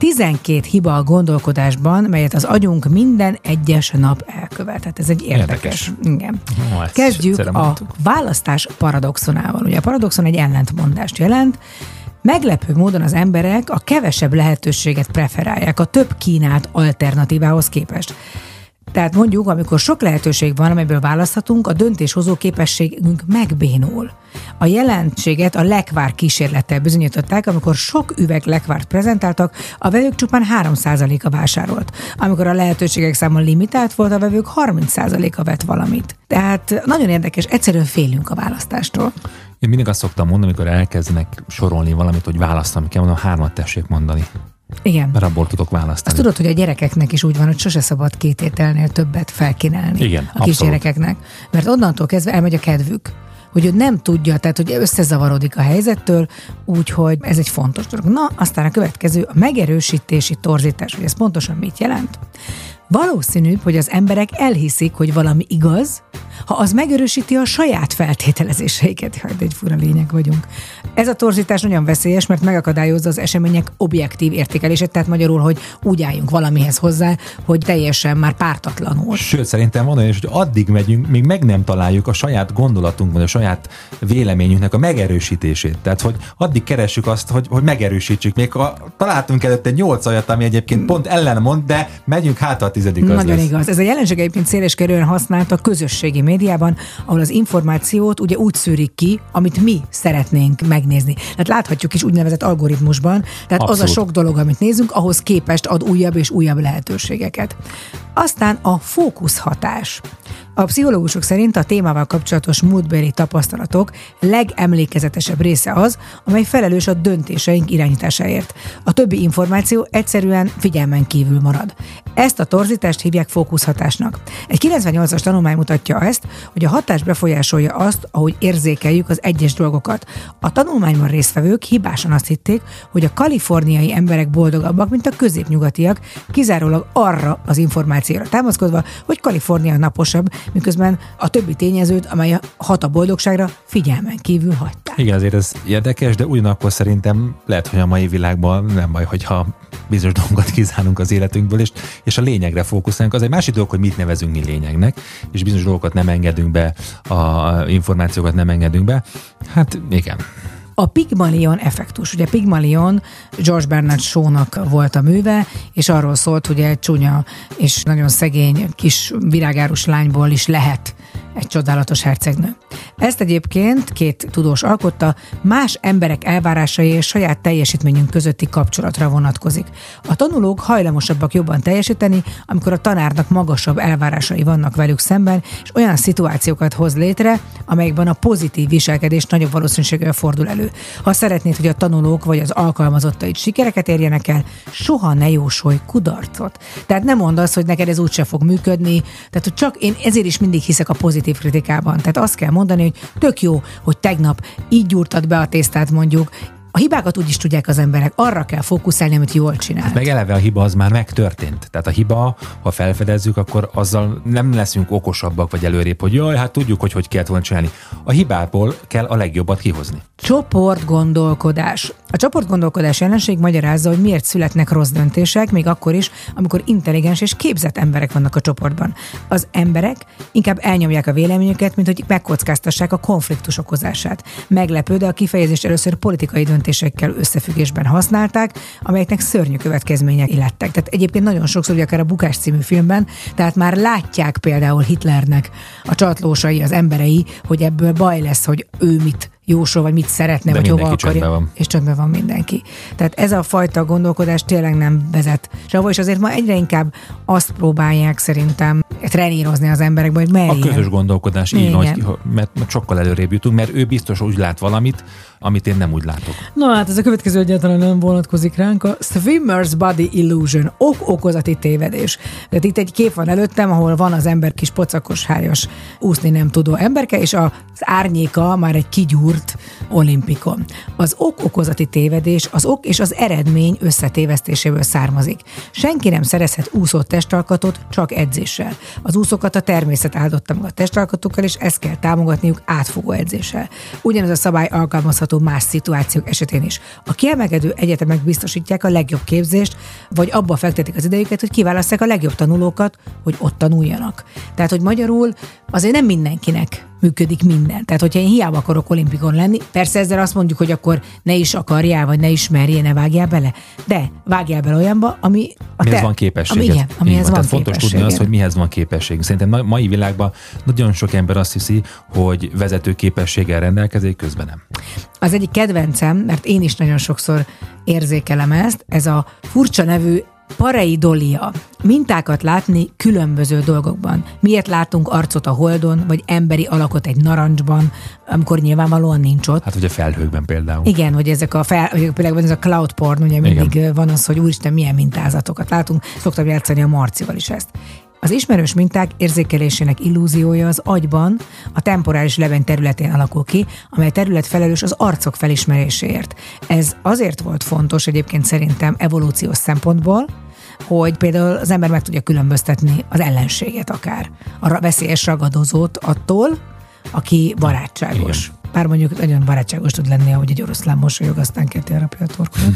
12 hiba a gondolkodásban, melyet az agyunk minden egyes nap elkövet. Tehát ez egy érdekes. Igen. Kezdjük a választás paradoxonával. Ugye a paradoxon egy ellentmondást jelent. Meglepő módon az emberek a kevesebb lehetőséget preferálják a több kínált alternatívához képest. Tehát mondjuk, amikor sok lehetőség van, amelyből választhatunk, a döntéshozó képességünk megbénul. A jelenséget a lekvár kísérlettel bizonyították, amikor sok üveg lekvárt prezentáltak, a vevők csupán 3%-a vásárolt. Amikor a lehetőségek száma limitált volt, a vevők 30%-a vett valamit. Tehát nagyon érdekes, egyszerűen félünk a választástól. Én mindig azt szoktam mondani, amikor elkezdenek sorolni valamit, hogy választani kell, mondom, 3 tessék mondani. Igen. Mert abból tudok választani. Azt tudod, hogy a gyerekeknek is úgy van, hogy sose szabad 2 ételnél többet felkínálni. Igen, a kisgyerekeknek. Mert onnantól kezdve elmegy a kedvük. Hogy ő nem tudja, tehát hogy összezavarodik a helyzettől, úgyhogy ez egy fontos dolog. Na, aztán a következő, a megerősítési torzítás, hogy ez pontosan mit jelent? Valószínűbb, hogy az emberek elhiszik, hogy valami igaz, ha az megerősíti a saját feltételezéseiket. Jaj, de egy fura lényeg vagyunk. Ez a torzítás nagyon veszélyes, mert megakadályozza az események objektív értékelését, tehát magyarul, hogy úgy álljunk valamihez hozzá, hogy teljesen már pártatlanul. Sőt, szerintem van olyan is, hogy addig megyünk, míg meg nem találjuk a saját gondolatunk, vagy a saját véleményünknek a megerősítését. Tehát, hogy addig keressük azt, hogy megerősítsük. Még találtunk előtte 8 olyat, ami egyébként pont ellenmond, de megyünk hátra a 10. Nagyon lesz. Igaz. Ez a jelenség egyébként széleskörűen használt a közösségi médiában, ahol az információt ugye úgy szűrik ki, amit mi szeretnénk megnézni. Tehát láthatjuk is úgynevezett algoritmusban, tehát abszolút. Az a sok dolog, amit nézünk, ahhoz képest ad újabb és újabb lehetőségeket. Aztán a fókuszhatás. A pszichológusok szerint a témával kapcsolatos múltbeli tapasztalatok legemlékezetesebb része az, amely felelős a döntéseink irányításáért. A többi információ egyszerűen figyelmen kívül marad. Ezt a torzítást hívják fókuszhatásnak. Egy 98-as tanulmány mutatja ezt, hogy a hatás befolyásolja azt, ahogy érzékeljük az egyes dolgokat. A tanulmányban résztvevők hibásan azt hitték, hogy a kaliforniai emberek boldogabbak, mint a középnyugatiak, kizárólag arra az információra támaszkodva, hogy Kalifornia naposabb, miközben a többi tényezőt, amely hat a boldogságra, figyelmen kívül hagyták. Igen, azért ez érdekes, de ugyanakkor szerintem lehet, hogy a mai világban nem baj, hogyha bizonyos dolgokat kizárunk az életünkből, és a lényegre fókuszálunk. Az egy másik dolog, hogy mit nevezünk mi lényegnek, és bizonyos dolgokat nem engedünk be, információkat nem engedünk be. Hát igen. A Pygmalion effektus. Ugye Pygmalion George Bernard Shaw-nak volt a műve, és arról szólt, hogy egy csúnya és nagyon szegény kis virágárus lányból is lehet egy csodálatos hercegnő. Ezt egyébként 2 tudós alkotta, más emberek elvárásai és saját teljesítményünk közötti kapcsolatra vonatkozik. A tanulók hajlamosabbak jobban teljesíteni, amikor a tanárnak magasabb elvárásai vannak velük szemben, és olyan szituációkat hoz létre, amelyekben a pozitív viselkedés nagyobb valószínűséggel fordul elő. Ha szeretnéd, hogy a tanulók vagy az alkalmazottaid sikereket érjenek el, soha ne jósolj kudarcot. Tehát nem mondd azt, hogy neked ez úgyse fog működni, tehát hogy csak én ezért is mindig hiszek a pozitív kritikában. Tehát azt kell mondani, hogy tök jó, hogy tegnap így gyúrtad be a tésztát mondjuk. A hibákat úgy is tudják az emberek, arra kell fókuszálni, amit jól csinál. Meg eleve a hiba az már megtörtént. Tehát a hiba, ha felfedezzük, akkor azzal nem leszünk okosabbak vagy előrébb, hogy jaj, hát tudjuk, hogy kellett volna csinálni. A hibából kell a legjobbat kihozni. Csoportgondolkodás. A csoportgondolkodás jelenség magyarázza, hogy miért születnek rossz döntések, még akkor is, amikor intelligens és képzett emberek vannak a csoportban. Az emberek inkább elnyomják a véleményüket, mint hogy megkockáztassák a konfliktus okozását. Meglepő, de a kifejezést először politikai döntésekkel összefüggésben használták, amelyeknek szörnyű következményei lettek. Tehát egyébként nagyon sokszor, ugye akár a Bukás című filmben, tehát már látják például Hitlernek a csatlósai, az emberei, hogy ebből baj lesz, hogy ő mit jósol, vagy mit szeretne, de vagy hova akarja. Csöndben van. És csöndben van mindenki. Tehát ez a fajta gondolkodás tényleg nem vezet sehova, és azért ma egyre inkább azt próbálják szerintem trenírozni az emberekbe, hogy merjen. A közös gondolkodás, így van, mert sokkal előrébb jutunk, mert ő biztos úgy lát valamit, amit én nem úgy látok. Na hát ez a következő egyáltalán nem vonatkozik ránk. A Swimmer's Body Illusion, okozati tévedés. Tehát itt egy kép van előttem, ahol van az ember kis pocakos, hájas, úszni nem tudó emberke, és az árnyéka már egy kigyúrt olimpikon. Az okozati tévedés az ok és az eredmény összetévesztéséből származik. Senki nem szerezhet úszó testalkatot csak edzéssel. Az úszókat a természet áldotta meg a testalkatukkal, és ezt kell támogatniuk átfogó edzéssel. Ugyanez a szabály alkalmazható más szituációk esetén is. A kiemelkedő egyetemek biztosítják a legjobb képzést, vagy abba fektetik az idejüket, hogy kiválasszák a legjobb tanulókat, hogy ott tanuljanak. Tehát, hogy magyarul azért nem mindenkinek működik minden. Tehát, hogyha én hiába akarok olimpikon lenni, persze ezzel azt mondjuk, hogy akkor ne is akarjál, vagy ne is merjél, ne vágjál bele, de vágjál bele olyanba, ami mihez van képességed. Amihez van fontos tudni azt, hogy mihez van képesség. Szerintem mai világban nagyon sok ember azt hiszi, hogy vezető képességgel rendelkezik, közben nem. Az egyik kedvencem, mert én is nagyon sokszor érzékelem ezt, ez a furcsa nevű pareidolia. Mintákat látni különböző dolgokban. Miért látunk arcot a holdon, vagy emberi alakot egy narancsban, amikor nyilvánvalóan nincs ott. Hát, hogy a felhőkben például. Igen, hogy ezek például ez a cloud porn, ugye mindig igen. Van az, hogy úristen, milyen mintázatokat látunk. Szoktam játszani a Marcival is ezt. Az ismerős minták érzékelésének illúziója az agyban, a temporális lebeny területén alakul ki, amely terület felelős az arcok felismeréséért. Ez azért volt fontos egyébként szerintem evolúciós szempontból, hogy például az ember meg tudja különböztetni az ellenséget akár, a veszélyes ragadozót attól, aki barátságos. Igen. Bár mondjuk nagyon barátságos tud lenni, ahogy egy oroszlán mosolyog, aztán ketté harapja a torkodat.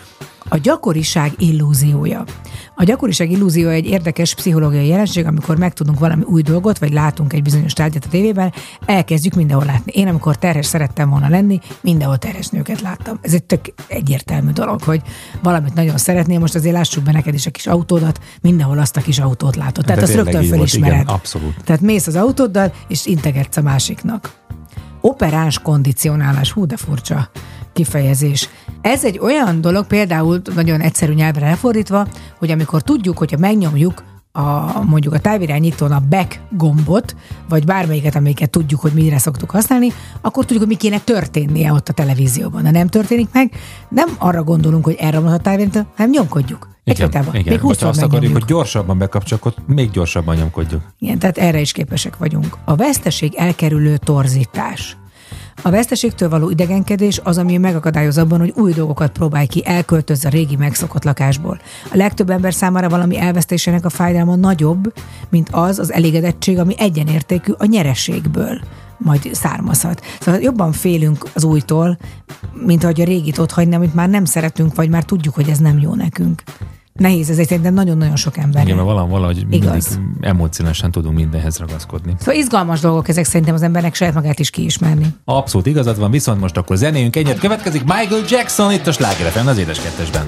A gyakoriság illúziója. A gyakoriság illúzió egy érdekes pszichológiai jelenség, amikor megtudunk valami új dolgot, vagy látunk egy bizonyos tárgyat a tévében, elkezdjük mindenhol látni. Én, amikor terhes szerettem volna lenni, mindenhol terhes nőket láttam. Ez egy tök egyértelmű dolog, hogy valamit nagyon szeretnél, most azért lássuk be neked is a kis autódat, mindenhol azt a kis autót látod. Tehát azt rögtön felismered. Igen, abszolút. Tehát mész az autóddal, és integetsz a másiknak. Operáns kondicionálás, hú, de furcsa kifejezés. Ez egy olyan dolog, például nagyon egyszerű nyelvre lefordítva, hogy amikor tudjuk, hogyha megnyomjuk mondjuk a távirányítón a back gombot, vagy bármelyiket, amelyiket tudjuk, hogy mire szoktuk használni, akkor tudjuk, hogy mi kéne történnie ott a televízióban. Ha nem történik meg, nem arra gondolunk, hogy elromlott a távirányító, hanem nyomkodjuk. Igen. Még ha azt akarjuk, hogy gyorsabban bekapcsoljuk, akkor még gyorsabban nyomkodjuk. Igen, tehát erre is képesek vagyunk. A veszteség elkerülő torzítás. A veszteségtől való idegenkedés az, ami megakadályoz abban, hogy új dolgokat próbálj ki, elköltözz a régi megszokott lakásból. A legtöbb ember számára valami elvesztésének a fájdalma nagyobb, mint az elégedettség, ami egyenértékű a nyereségből majd származhat. Szóval jobban félünk az újtól, mint ahogy a régit ott hagyni, amit már nem szeretünk, vagy már tudjuk, hogy ez nem jó nekünk. Nehéz ez szerintem nagyon-nagyon sok ember. Igen, mert valahogy mindig emocionálisan tudunk mindenhez ragaszkodni. Szóval izgalmas dolgok ezek szerintem az embernek saját magát is kiismerni. Abszolút igazad van, viszont most akkor zenéjünk egyet. Következik Michael Jackson itt a Sláger FM az Édes Kettesben.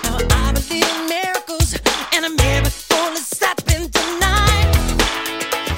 And a miracle is happening tonight.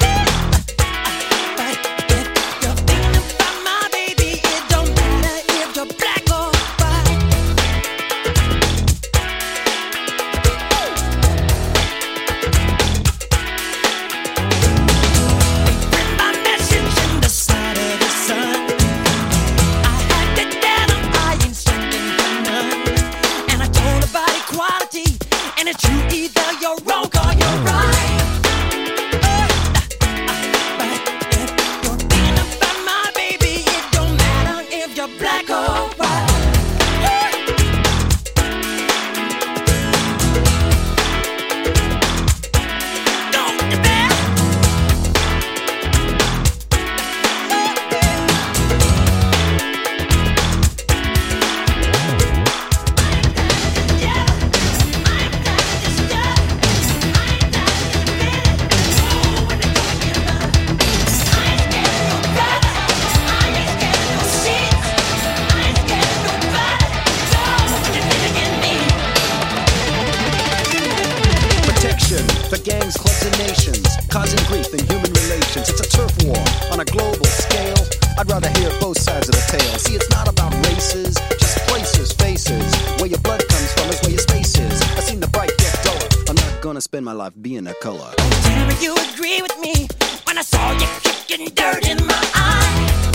I'd rather hear both sides of the tale. See, it's not about races, just places, faces. Where your blood comes from is where your space is. I've seen the bright get duller. I'm not gonna spend my life being a color. Tell me you agree with me when I saw you kicking dirt in my eye.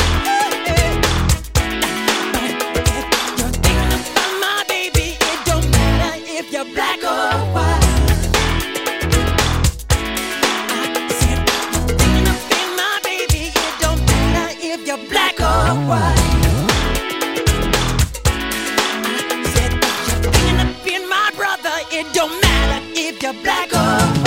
You're thinking about my baby. It don't matter if you're black or white. I said you're thinking about my baby. It don't matter if you're black or white. I said you're thinking about my brother. It don't matter if you're black or white.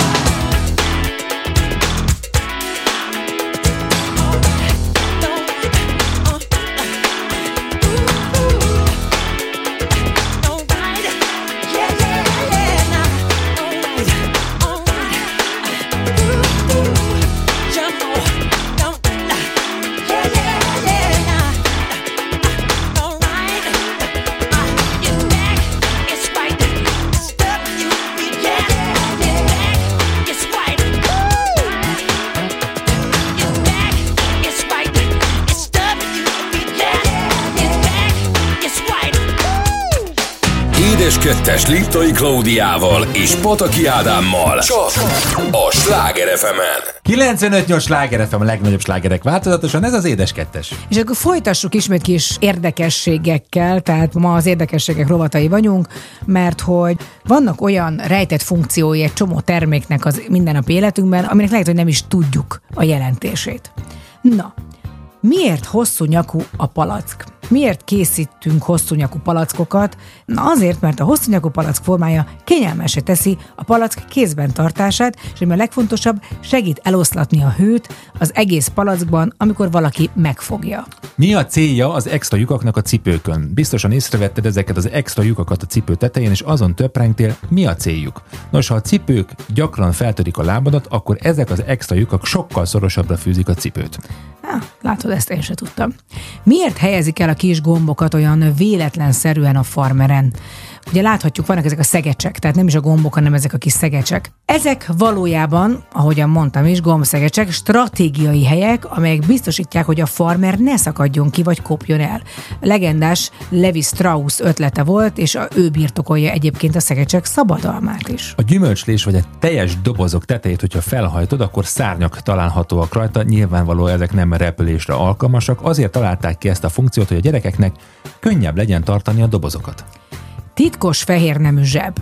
Édes kettes Liptai Klaudiával és Pataki Ádámmal csak a Sláger FM-en. 95-8 Sláger FM, a legnagyobb slágerek változatosan, ez az Édes kettes. És akkor folytassuk ismét kis érdekességekkel, tehát ma az érdekességek rovatai vagyunk, mert hogy vannak olyan rejtett funkciói egy csomó terméknek az mindennapi életünkben, aminek lehet, hogy nem is tudjuk a jelentését. Na, miért hosszú nyakú a palack? Miért készítünk hosszú nyakú palackokat? Na azért, mert a hosszú nyakú palack formája kényelmesé teszi a palack kézben tartását, és ami a legfontosabb, segít eloszlatni a hőt az egész palackban, amikor valaki megfogja. Mi a célja az extra lyukaknak a cipőkön? Biztosan észrevetted ezeket az extra lyukakat a cipő tetején, és azon töprengtél, mi a céljuk? Nos, ha a cipők gyakran feltörik a lábadat, akkor ezek az extra lyukak sokkal szorosabbra fűzik a cipőt. Látod, ezt én se tudtam. Miért helyezik el a kis gombokat olyan véletlenszerűen a farmeren? Ugye láthatjuk, vannak ezek a szegecsek, tehát nem is a gombok, hanem ezek a kis szegecsek. Ezek valójában, ahogyan mondtam is, gombszegecsek, stratégiai helyek, amelyek biztosítják, hogy a farmer ne szakadjon ki, vagy kopjon el. Legendás Levi Strauss ötlete volt, és ő birtokolja egyébként a szegecsek szabadalmát is. A gyümölcslés vagy a teljes dobozok tetejét, hogyha felhajtod, akkor szárnyak találhatóak rajta, nyilvánvaló ezek nem repülésre alkalmasak, azért találták ki ezt a funkciót, hogy a gyerekeknek könnyebb legyen tartani a dobozokat. Titkos fehér nemű zseb.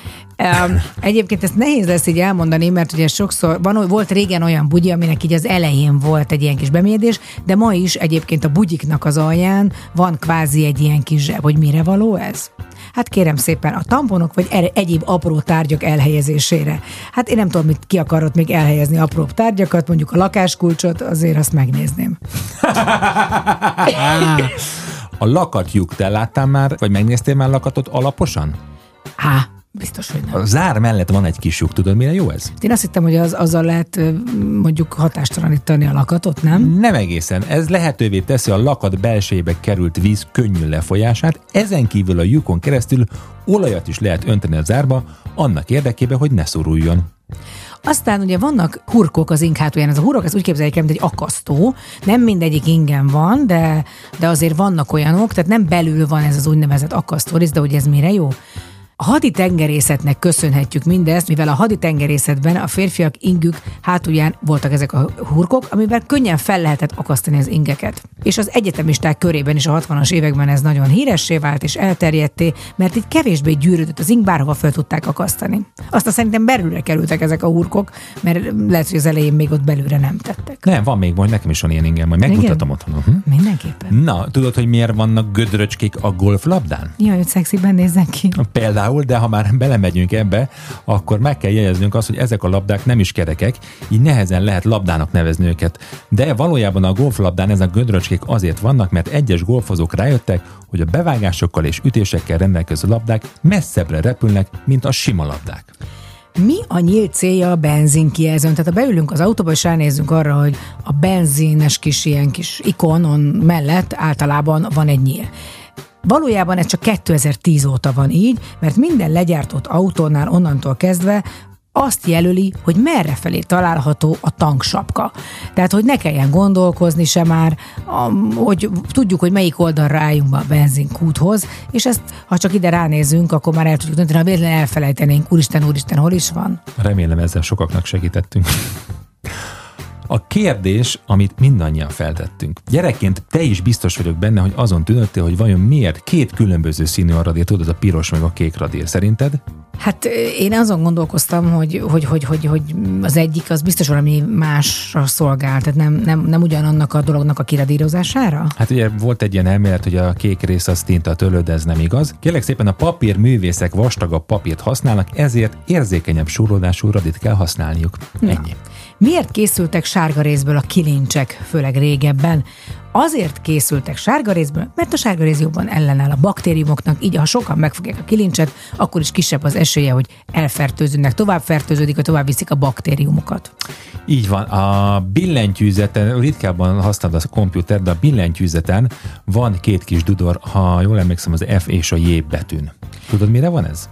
Egyébként ezt nehéz lesz így elmondani, mert ugye sokszor volt régen olyan bugyi, aminek így az elején volt egy ilyen kis bemérdés, de ma is egyébként a bugyiknak az alján van kvázi egy ilyen kis zseb. Hogy mire való ez? Hát kérem szépen, a tamponok vagy egyéb apró tárgyak elhelyezésére. Hát én nem tudom, mit ki akarod még elhelyezni apróbb tárgyakat, mondjuk a lakáskulcsot, azért azt megnézném. A lakatlyuk, te láttál már, vagy megnéztél már lakatot alaposan? Biztos, hogy nem. A zár mellett van egy kis lyuk, tudod, mire jó ez? Én azt hittem, hogy azzal lehet mondjuk hatástalanítani a lakatot, nem? Nem egészen. Ez lehetővé teszi a lakat belsejébe került víz könnyű lefolyását, ezen kívül a lyukon keresztül olajat is lehet önteni a zárba, annak érdekében, hogy ne szoruljon. Aztán ugye vannak hurkok az ing hátulján. Ez a hurok, ez úgy képzeljük, mint egy akasztó. Nem mindegyik ingen van, de azért vannak olyanok, tehát nem belül van ez az úgynevezett akasztórész, de ugye ez mire jó? A haditengerészetnek köszönhetjük mindezt, mivel a haditengerészetben a férfiak ingük hátulján voltak ezek a hurkok, amivel könnyen fel lehetett akasztani az ingeket. És az egyetemisták körében is a 60-as években ez nagyon híressé vált és elterjedté, mert így kevésbé gyűrődött az ing, bárhova fel tudták akasztani. Aztán szerintem belülre kerültek ezek a hurkok, mert lehet, hogy az elején még ott belülre nem tettek. Nem, van még, majd nekem is van ilyen ingem, majd megmutatom otthon. Mindenképpen. Na, tudod, hogy miért vannak gödröcskék a golflabdán? Jaj, hogy szexiben nézzen ki. Például, de ha már belemegyünk ebbe, akkor meg kell jegyeznünk azt, hogy ezek a labdák nem is kerekek, így nehezen lehet labdának nevezni őket. De valójában a golflabdán ezek a gödröcskék azért vannak, mert egyes golfozók rájöttek, hogy a bevágásokkal és ütésekkel rendelkező labdák messzebbre repülnek, mint a sima labdák. Mi a nyílt célja a benzinkijelzőn? Tehát ha beülünk az autóba, és ránézzünk arra, hogy a benzines ilyen kis ikonon mellett általában van egy nyíl. Valójában ez csak 2010 óta van így, mert minden legyártott autónál onnantól kezdve azt jelöli, hogy merre felé található a tanksapka. Tehát, hogy ne kelljen gondolkozni se már, hogy tudjuk, hogy melyik oldalra álljunk be a benzinkúthoz, és ezt, ha csak ide ránézünk, akkor már el tudjuk dönteni, ha véletlenül elfelejtenénk, úristen, hol is van. Remélem ezzel sokaknak segítettünk. A kérdés, amit mindannyian feltettünk. Gyerekként te is biztos vagyok benne, hogy azon tűnöttél, hogy vajon miért két különböző színű a radír, tudod, a piros meg a kék radír. Szerinted? Hát én azon gondolkoztam, hogy az egyik az biztos valami másra szolgál, tehát nem ugyanannak a dolognak a kiradírozására? Hát ugye volt egy ilyen elmélet, hogy a kék rész az tinta a tőlő, de ez nem igaz. Kérlek szépen, a papírművészek vastagabb papírt használnak, ezért érzékenyebb súrlódású radit kell használniuk. Ennyi. Miért készültek sárga részből a kilincsek, főleg régebben? Azért készültek sárga részből, mert a sárga rész jobban ellenáll a baktériumoknak, így ha sokan megfogják a kilincset, akkor is kisebb az esélye, hogy elfertőződnek, tovább fertőződik, hogy tovább viszik a baktériumokat. Így van, a billentyűzeten, ritkábban használod a komputer, de a billentyűzeten van két kis dudor, ha jól emlékszem, az F és a J betűn. Tudod, mire van ez?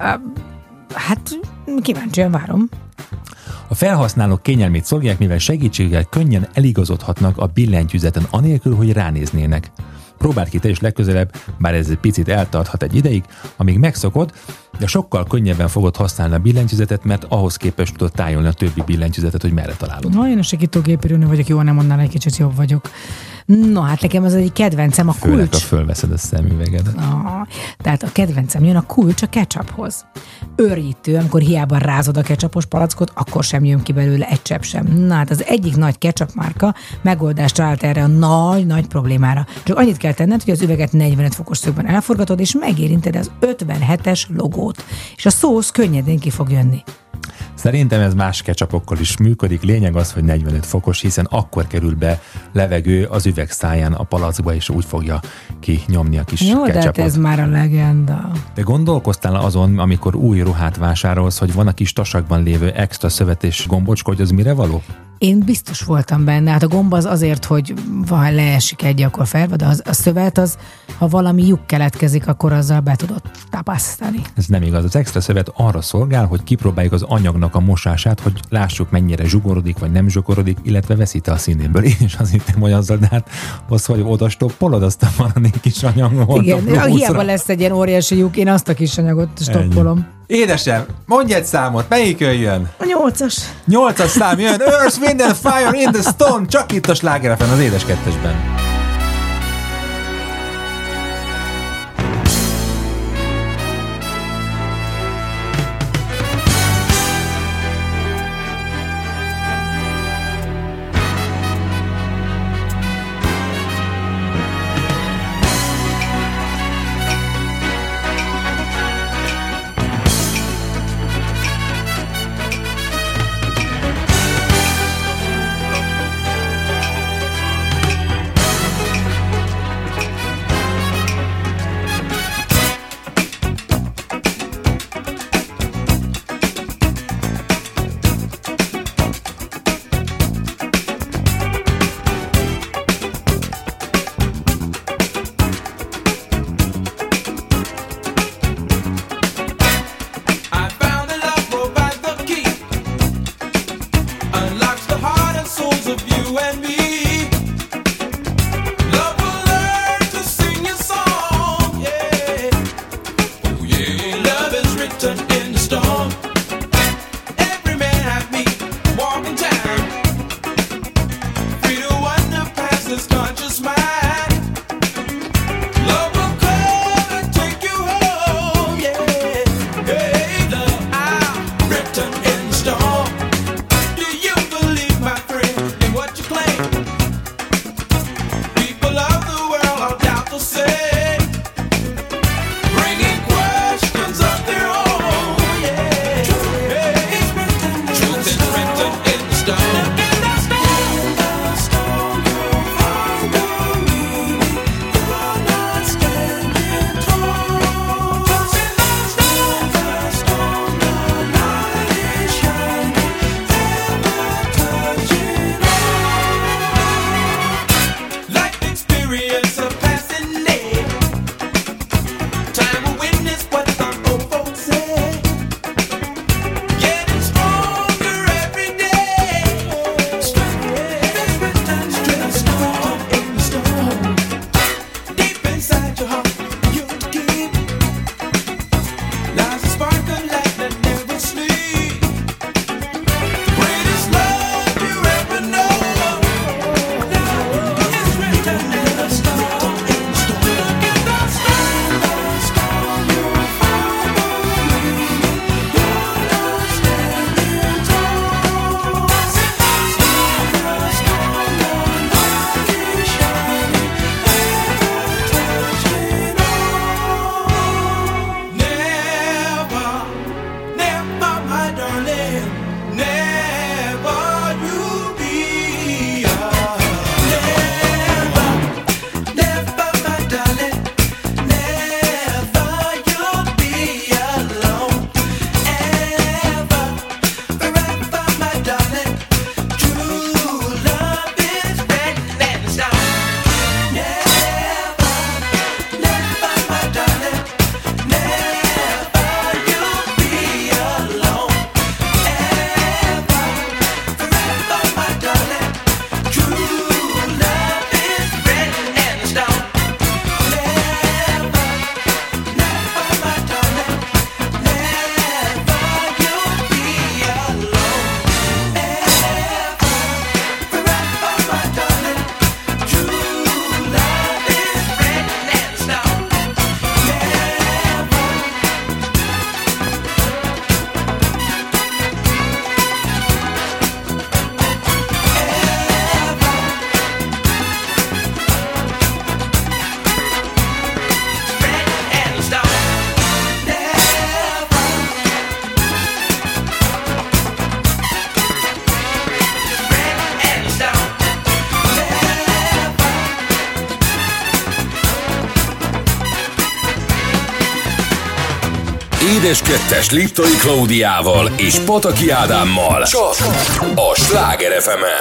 Hát kíváncsian várom. A felhasználók kényelmét szolgálják, mivel segítséggel könnyen eligazodhatnak a billentyűzeten, anélkül, hogy ránéznének. Próbáld ki te is legközelebb, bár ez egy picit eltarthat egy ideig, amíg megszokod, de sokkal könnyebben fogod használni a billentyűzetet, mert ahhoz képest tudod tájolni a többi billentyűzetet, hogy merre találod. Na, én a segítőgépírőnő vagyok, jó, nem mondanám, egy kicsit jobb vagyok. No, hát nekem ez egy kedvencem, a Főleg, kulcs. ha fölveszed a szemüvegedet. Tehát a kedvencem jön a kulcs a ketchuphoz. Őrjítő, amikor hiába rázod a ketchupos palackot, akkor sem jön ki belőle egy csepp sem. Na hát az egyik nagy ketchup márka megoldást talált erre a nagy problémára. Csak annyit kell tenned, hogy az üveget 45 fokos szögben elforgatod, és megérinted az 57-es logót. És a szósz könnyedén ki fog jönni. Szerintem ez más ketchupokkal is működik, lényeg az, hogy 45 fokos, hiszen akkor kerül be levegő az üveg száján a palackba, és úgy fogja ki nyomni a kis Jó, ketchupot. de hát ez már a legenda. De gondolkoztál azon, amikor új ruhát vásárolsz, hogy van a kis tasakban lévő extra szövet és gombocska, hogy az mire való? Én biztos voltam benne. Hát a gomb az azért, hogy ha leesik egy, akkor felvad, de a szövet az, ha valami lyuk keletkezik, akkor azzal be tudod tapasztani. Ez nem igaz. Az extra szövet arra szolgál, hogy kipróbáljuk az anyagnak a mosását, hogy lássuk, mennyire zsugorodik, vagy nem zsugorodik, illetve veszít a színéből. Én is azt hittem, hogy azzal, de hát az, hogy oda stoppolod, aztán maradnék kis anyag. Igen, hiába lesz egy ilyen óriási lyuk, én azt a kis anyagot stoppolom. Ennyi. Édesem, mondj egy számot, melyik jön? A 8-as. 8-as szám jön, Earth, Wind and Fire in the Stone, csak itt a Sláger FM, az édes kettesben. Édes Kettes Liptai Klaudiával és Pataki Ádámmal csak a Sláger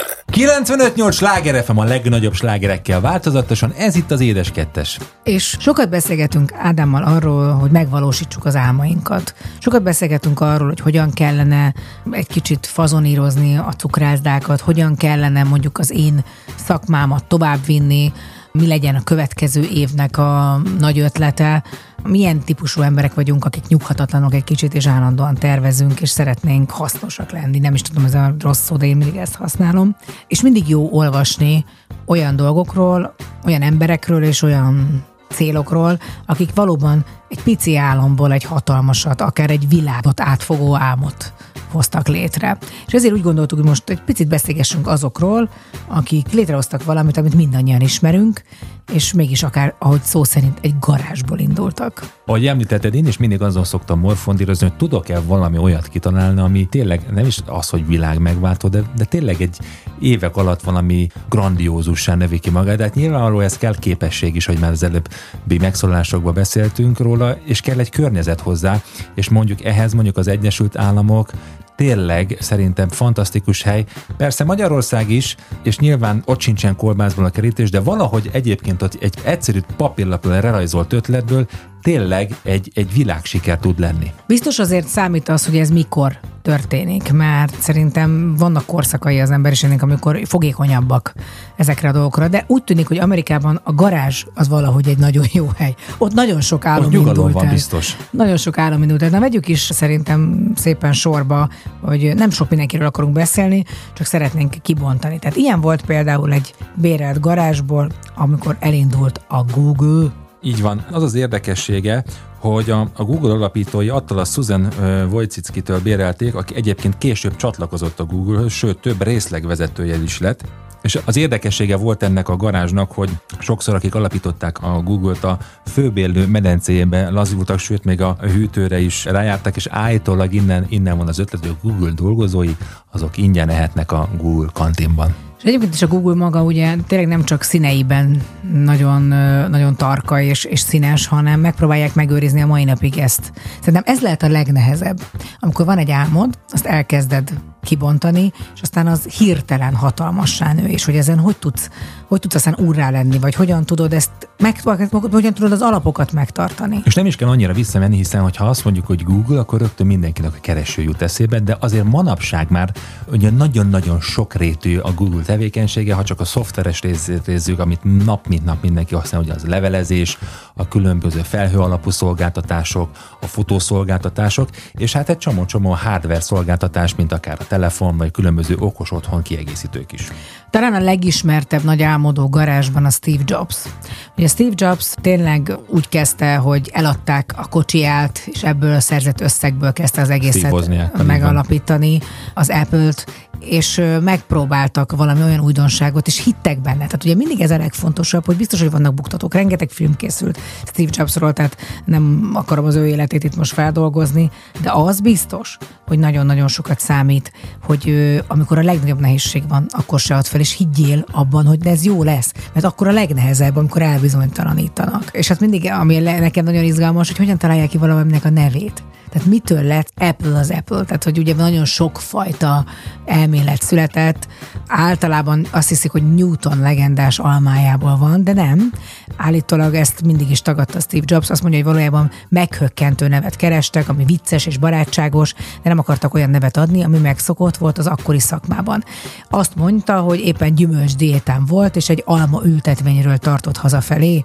FM-en. 95-8 Sláger FM a legnagyobb slágerekkel változatosan, ez itt az Édes Kettes. És sokat beszélgetünk Ádámmal arról, hogy megvalósítsuk az álmainkat. Sokat beszélgetünk arról, hogy hogyan kellene egy kicsit fazonírozni a cukrászdákat, hogyan kellene mondjuk az én szakmámat továbbvinni, mi legyen a következő évnek a nagy ötlete, milyen típusú emberek vagyunk, akik nyughatatlanok egy kicsit, és állandóan tervezünk, és szeretnénk hasznosak lenni. Nem is tudom, ez a rossz szó, de én mindig ezt használom. És mindig jó olvasni olyan dolgokról, olyan emberekről és olyan célokról, akik valóban egy pici álomból egy hatalmasat, akár egy világot átfogó álmot hoztak létre. És ezért úgy gondoltuk, hogy most egy picit beszélgessünk azokról, akik létrehoztak valamit, amit mindannyian ismerünk, és mégis akár, ahogy szó szerint, egy garázsból indultak. Ahogy említetted, én is mindig azon szoktam morfondírozni, hogy tudok-e valami olyat kitalálni, ami tényleg nem is az, hogy világ megváltó, de tényleg egy évek alatt valami grandiózussá növi ki magát. De hát nyilvánvalóan ez kell képesség is, hogy már az előbbi megszólalásokban beszéltünk róla, és kell egy környezet hozzá, és mondjuk ehhez mondjuk az Egyesült Államok tényleg szerintem fantasztikus hely. Persze Magyarország is, és nyilván ott sincsen kolbászból a kerítés, de valahogy egyébként ott egy egyszerű papírlapról lerajzolt ötletből tényleg egy világsiker tud lenni. Biztos azért számít az, hogy ez mikor történik, mert szerintem vannak korszakai az emberiségnek, amikor fogékonyabbak ezekre a dolgokra, de úgy tűnik, hogy Amerikában a garázs az valahogy egy nagyon jó hely. Ott nagyon sok álom indult el. Biztos. Nagyon sok álom indult el. Na vegyük is szerintem szépen sorba, hogy nem sok mindenkiről akarunk beszélni, csak szeretnénk kibontani. Tehát ilyen volt például egy bérelt garázsból, amikor elindult a Google. Így van. Az az érdekessége, hogy a Google alapítói attól a Susan Wojcicki-től bérelték, aki egyébként később csatlakozott a Google-höz, sőt több részlegvezetője is lett. És az érdekessége volt ennek a garázsnak, hogy sokszor, akik alapították a Google-t, a főbérlő medencéjébe lazultak, sőt még a hűtőre is rájártak, és állítólag innen van az ötlet, hogy a Google dolgozói, azok ingyen ehetnek a Google kantinban. És egyébként is a Google maga ugye tényleg nem csak színeiben nagyon, nagyon tarka és színes, hanem megpróbálják megőrizni a mai napig ezt. Szerintem ez lehet a legnehezebb. Amikor van egy álmod, azt elkezded kibontani, és aztán az hirtelen hatalmassá nő, és hogy ezen hogy tudsz aztán úrrá lenni, vagy hogyan tudod ezt hogyan tudod az alapokat megtartani. És nem is kell annyira visszamenni, hiszen ha azt mondjuk, hogy Google, akkor rögtön mindenkinek a kereső jut eszébe, de azért manapság már ugye nagyon-nagyon sokrétű a Google tevékenysége, ha csak a szoftveres részét nézzük, amit nap mint nap mindenki használ, hogy az levelezés, a különböző felhő alapú szolgáltatások, a fotószolgáltatások, és hát egy csomó hardware szolgáltatás, mint akár a telefon, vagy különböző okos otthon kiegészítők is. Talán a legismertebb nagy álmodó garázsban a Steve Jobs. Ugye Steve Jobs tényleg úgy kezdte, hogy eladták a kocsiját, és ebből a szerzett összegből kezdte az egészet megalapítani, az Apple-t, és megpróbáltak valami olyan újdonságot, és hittek benne. Tehát ugye mindig ez a legfontosabb, hogy biztos, hogy vannak buktatók. Rengeteg film készült Steve Jobsról, tehát nem akarom az ő életét itt most feldolgozni, de az biztos, hogy nagyon-nagyon sokat számít, hogy amikor a legnagyobb nehézség van, akkor se add fel, és higgyél abban, hogy ez jó lesz. Mert akkor a legnehezebb, amikor elbizonytalanítanak. És hát mindig, ami nekem nagyon izgalmas, hogy hogyan találják ki valaminek a nevét. Tehát mitől lett Apple az Apple? Tehát, hogy ugye nagyon sokfajta elmélet született. Általában azt hiszik, hogy Newton legendás almájából van, de nem. Állítólag ezt mindig is tagadta Steve Jobs. Azt mondja, hogy valójában meghökkentő nevet kerestek, ami vicces és barátságos, de nem akartak olyan nevet adni, ami megszokott volt az akkori szakmában. Azt mondta, hogy éppen gyümölcs diétán volt, és egy alma ültetvényről tartott hazafelé,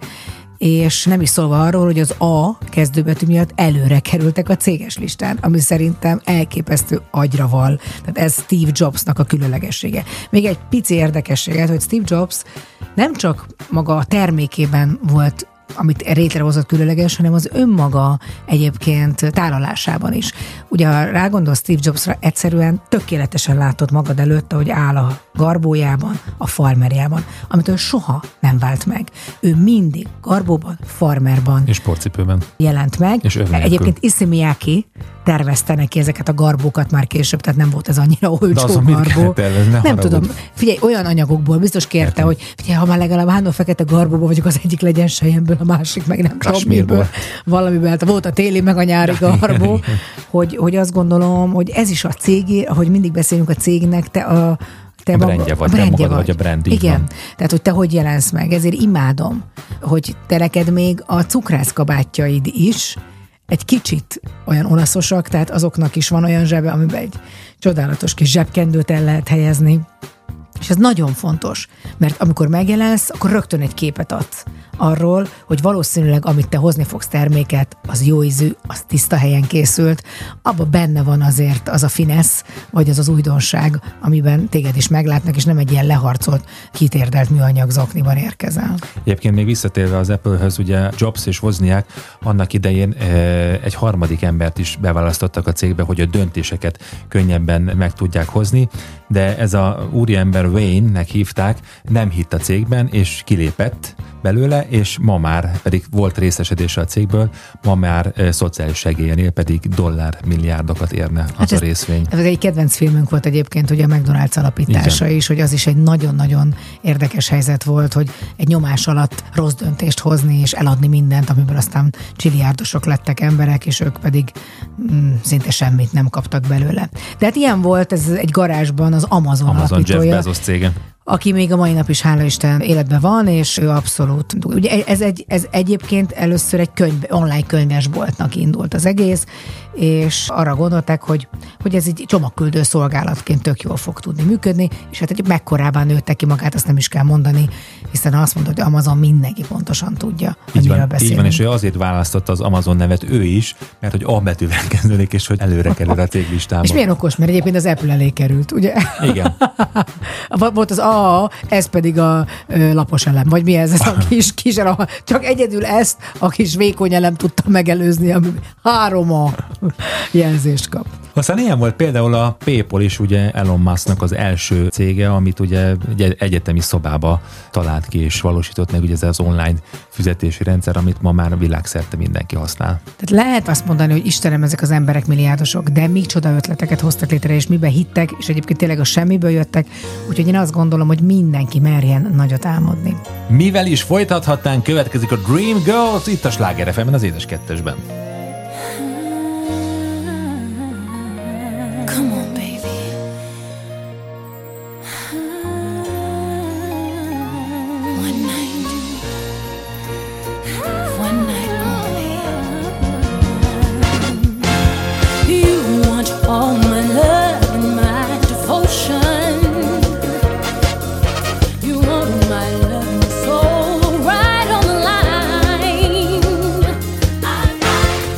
és nem is szólva arról, hogy az A kezdőbetű miatt előre kerültek a céges listán, ami szerintem elképesztő agyra val. Tehát ez Steve Jobsnak a különlegessége. Még egy pici érdekességet, hogy Steve Jobs nem csak maga a termékében volt, amit létrehozott különleges, hanem az önmaga egyébként tálalásában is. Ugye, ha rágondolsz Steve Jobsra, egyszerűen tökéletesen látod magad előtt, ahogy áll a garbójában, a farmerjában, amitől soha nem vált meg. Ő mindig garbóban, farmerban és sportcipőben jelent meg. És egyébként Issey Miyake tervezte neki ezeket a garbókat már később, tehát nem volt ez annyira olcsó garbó. Nem tudom. Figyelj, olyan anyagokból biztos kérte, hogy figyelj, ha már legalább 3 fekete garbóban vagyok, az egyik legyen selyemből. a másik meg nem tudom Kasmírból. miből. Valamiből, volt a téli, meg a nyári garbó. Hogy azt gondolom, hogy ez is a cégé, ahogy mindig beszélünk a cégnek, te a brandje vagy, te magad vagy a brand, így igen. van. Tehát, hogy te hogy jelensz meg. Ezért imádom, hogy te neked még a cukrászkabátjaid is egy kicsit olyan olaszosak, tehát azoknak is van olyan zsebe, amiben egy csodálatos kis zsebkendőt el lehet helyezni. És ez nagyon fontos, mert amikor megjelensz, akkor rögtön egy képet adsz arról, hogy valószínűleg amit te hozni fogsz terméket, az jó ízű, az tiszta helyen készült, abban benne van azért az a finesz, vagy az az újdonság, amiben téged is meglátnak, és nem egy ilyen leharcolt, kitérdelt műanyag zokniban érkezel. Egyébként még visszatérve az Apple-höz, ugye Jobs és Wozniak annak idején egy harmadik embert is beválasztottak a cégbe, hogy a döntéseket könnyebben meg tudják hozni, de ez a úriember Wayne-nek hívták, nem hitt a cégben, és kilépett belőle, és ma már pedig volt részesedése a cégből, ma már szociális segélyen él, pedig dollármilliárdokat érne az a részvény. Ez egy kedvenc filmünk volt egyébként, ugye a McDonald's alapítása is, hogy az is egy nagyon-nagyon érdekes helyzet volt, hogy egy nyomás alatt rossz döntést hozni és eladni mindent, amiből aztán csiliárdosok lettek emberek, és ők pedig szinte semmit nem kaptak belőle. De hát ilyen volt, ez egy garázsban az Amazon alapítója. Jeff Bezos cége. Aki még a mai nap is, hála Isten, életben van, és ő abszolút. Ugye ez egyébként először egy online könyvesboltnak indult az egész, és arra gondolták, hogy ez egy csomagküldő szolgálatként tök jól fog tudni működni, és hát egy mekkorában nőtte ki magát, azt nem is kell mondani, hiszen azt mondta, hogy Amazon mindenki pontosan tudja, hogy miről beszélünk. Így van, és ő azért választotta az Amazon nevet ő is, mert hogy A betűvel kezdődik, és hogy előre kerül a céglistában. És milyen okos, mert egyébként az Apple elé került, ugye? Igen. Volt az A, ez pedig a lapos elem, vagy mi ez a kis elem, csak egyedül ezt a kis vékony elem tudta megelőzni, ami 3A jelzést kap. Aztán ilyen volt például a PayPal is, ugye Elon Musknak az első cége, amit ugye egy egyetemi szobába talált ki és valósított meg, ugye ez az online fizetési rendszer, amit ma már világszerte mindenki használ. Tehát lehet azt mondani, hogy Istenem, ezek az emberek milliárdosok, de micsoda ötleteket hoztak létre, és miben hittek, és egyébként tényleg a semmiből jöttek, úgyhogy én azt gondolom, hogy mindenki merjen nagyot álmodni. Mivel is folytathatnánk, következik a Dream Girls itt a Sláger FM-en, az Édes Kettesben. Come on, baby. One night only. You want all my love and my devotion. You want my love and soul right on the line.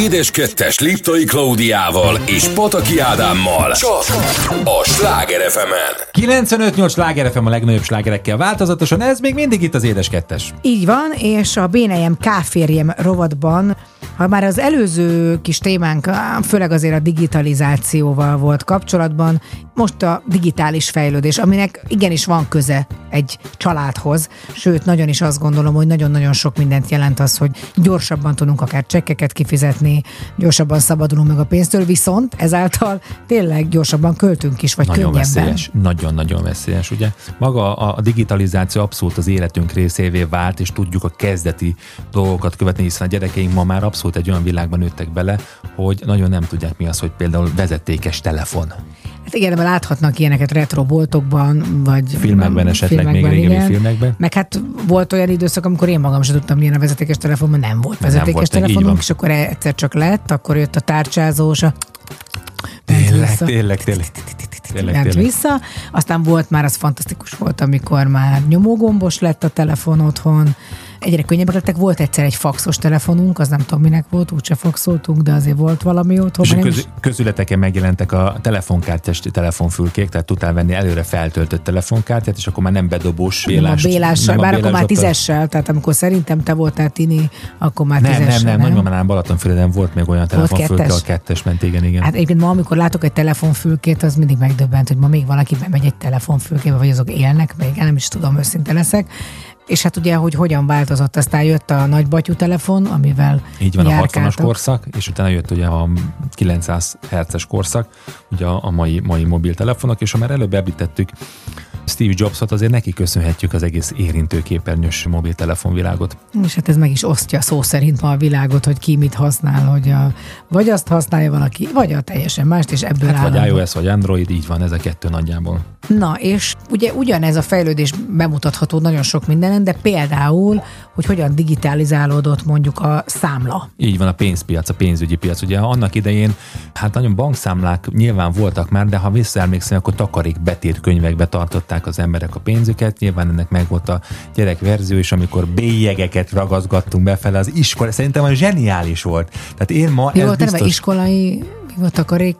Édes Kettes Liptai Klaudiával és Pataki Ádámmal csak a Sláger FM-en. 95-8 Sláger FM a legnagyobb slágerekkel változatosan, ez még mindig itt az Édes Kettes. Így van, és a Bénejem Káférjem rovatban, ha már az előző kis témánk, főleg azért a digitalizációval volt kapcsolatban, most a digitális fejlődés, aminek igenis van köze egy családhoz, sőt, nagyon is azt gondolom, hogy nagyon-nagyon sok mindent jelent az, hogy gyorsabban tudunk akár csekkeket kifizetni, gyorsabban szabadulunk meg a pénztől, viszont ezáltal tényleg gyorsabban költünk is, vagy nagyon könnyebben. Veszélyes, nagyon-nagyon veszélyes, ugye? Maga a digitalizáció abszolút az életünk részévé vált, és tudjuk a kezdeti dolgokat követni, hiszen a gyerekeink ma már abszolút egy olyan világban nőttek bele, hogy nagyon nem tudják mi az, hogy például vezetékes telefon. Hát igen, de láthatnak ilyeneket retroboltokban, vagy Filmekben esetleg, még régebbi filmekben. Meg hát volt olyan időszak, amikor én magam sem tudtam, milyen a vezetékes telefon, mert nem volt vezetékes telefonunk, és akkor egyszer csak lett, akkor jött a tárcsázós, Tényleg. Ment vissza. Aztán volt már, az fantasztikus volt, amikor már nyomógombos lett a telefon otthon. Egyre könnyebbek lettek. Volt egyszer egy faxos telefonunk, az nem tudom minek volt, úgyse faxoltunk, de azért volt valami otthon. És közületeken megjelentek a telefonkártyás telefonfülkék, tehát tudtál venni előre feltöltött telefonkártyát, és akkor már nem bedobós bélással, bár akkor már 10-essel, tehát amikor szerintem te voltál tini, akkor már 10-essel. Nem, nagymamánál Balatonfüreden volt még olyan telefonfülke, a 2-es ment, igen. Hát egyébként ma, amikor látok egy telefonfülkét, az mindig megdöbbent, hogy ma még valaki bemegy egy telefonfülkébe, vagy azok élnek, még nem is tudom, őszinte leszek. És hát ugye, hogy hogyan változott, aztán jött a nagybatyú telefon, amivel így van járkáltak. A 60-as korszak, és utána jött ugye a 900 Hz-es korszak, ugye a mai mobiltelefonok, és ha már előbb említettük Steve Jobsot, azért neki köszönhetjük az egész érintőképernyős mobiltelefonvilágot. És hát ez meg is osztja szó szerint ma a világot, hogy ki mit használ, hogy vagy azt használja valaki, vagy a teljesen mást, és ebből hát vagy iOS, vagy Android, így van, ez a kettő nagyjából. Na, és ugye ugyanez a fejlődés bemutatható nagyon sok mindenen, de például, hogy hogyan digitalizálódott mondjuk a számla. Így van, a pénzpiac, a pénzügyi piac. Ugye annak idején, hát nagyon bankszámlák nyilván voltak már, de ha visszaemlékszem, akkor takarék betét könyvekbe tartották az emberek a pénzüket. Nyilván ennek meg volt a gyerekverzió is, amikor bélyegeket ragazgattunk befele az iskola. Szerintem az zseniális volt. Tehát én ma ez biztos... iskolai... A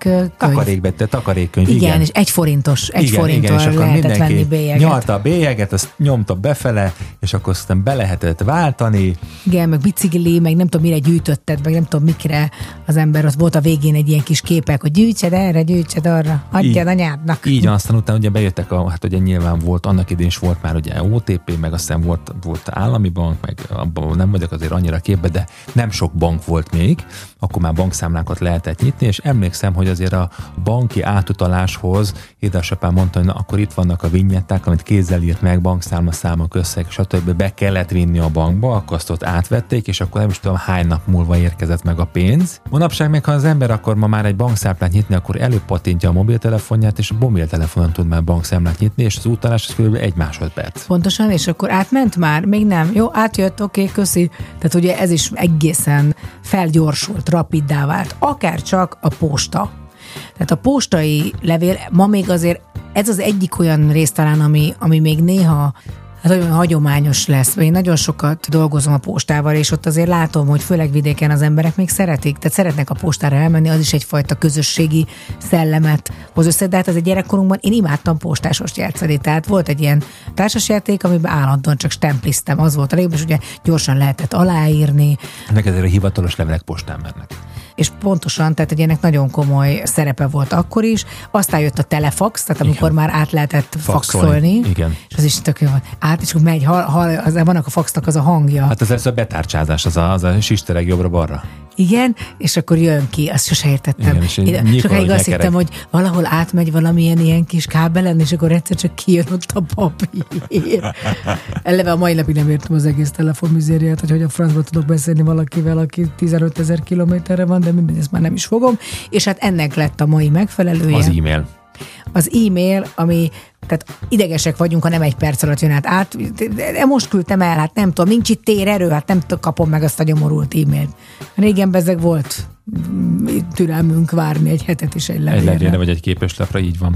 takarékkönyv, igen. És egy forintos lehetett venni bélyeget. Nyalta a bélyeget, azt nyomta befele, és akkor aztán be lehetett váltani. Igen, meg bicikli, meg nem tudom mire gyűjtötted, meg nem tudom mikre az ember, az volt a végén egy ilyen kis képek, hogy gyűjtsed erre, gyűjtsed arra, adjad anyádnak. Így van, aztán utána ugye bejöttek, hát ugye nyilván volt, annak idén is volt már ugye OTP, meg aztán volt állami bank, meg abban nem vagyok azért annyira képbe, de nem sok bank volt még, akkor már bankszámlákat lehetett nyitni, és emlékszem, hogy azért a banki átutaláshoz édesapám mondta, hogy na, akkor itt vannak a vinyetták, amit kézzel írt meg, bankszámla számok összeg, stb. Be kellett vinni a bankba, akkor azt ott átvették, és akkor nem is tudom hány nap múlva érkezett meg a pénz. Manapság meg, ha az ember akar ma már egy bankszámlát nyitni, akkor előpattintja a mobiltelefonját, és a mobiltelefonon tud már bankszámlát nyitni, és az utalás az kb. 1 másodperc. Pontosan, és akkor átment már? Még nem. Jó, átjött, oké, köszi. Tehát ugye ez is egészen felgyorsult, rapiddá vált. Akár csak a posta. Tehát a postai levél, ma még azért ez az egyik olyan rész talán, ami még néha hát olyan hagyományos lesz. Én nagyon sokat dolgozom a postával, és ott azért látom, hogy főleg vidéken az emberek még szeretik. Tehát szeretnek a postára elmenni, az is egyfajta közösségi szellemet hoz össze. De hát az egy gyerekkorunkban én imádtam postásost játszani. Tehát volt egy ilyen társasjáték, amiben állandóan csak stempliztem. Az volt a régebben, és ugye gyorsan lehetett aláírni. Ennek ezért a hivatalos levelek postán mennek. És pontosan, tehát egy ennek nagyon komoly szerepe volt akkor is. Aztán jött a telefax, tehát amikor már át lehetett faxolni. Igen. És az is tök jó volt. Át, és akkor megy, vannak a faxnak az a hangja. Hát ez a betárcsázás, az a sistereg jobbra-balra. Igen, és akkor jön ki, azt sose értettem. Sokáig azt hittem, hogy valahol átmegy valamilyen ilyen kis kábelen, és akkor egyszer csak kijön ott a papír. Eleve a mai napig nem értem az egész telefonmizériát, hogy a francba tudok beszélni valakivel, aki 15 000 kilométerre van, de mindegy, ezt már nem is fogom. És hát ennek lett a mai megfelelője. Az e-mail. Az e-mail, ami, tehát idegesek vagyunk, ha nem 1 perc alatt jön át. De most küldtem el, hát nem tudom, nincs itt térerő, hát nem kapom meg azt a gyomorult e-mailt. Régen bezzeg volt türelmünk várni egy hetet is egy levélre. Egy levélre vagy egy képeslapra, így van.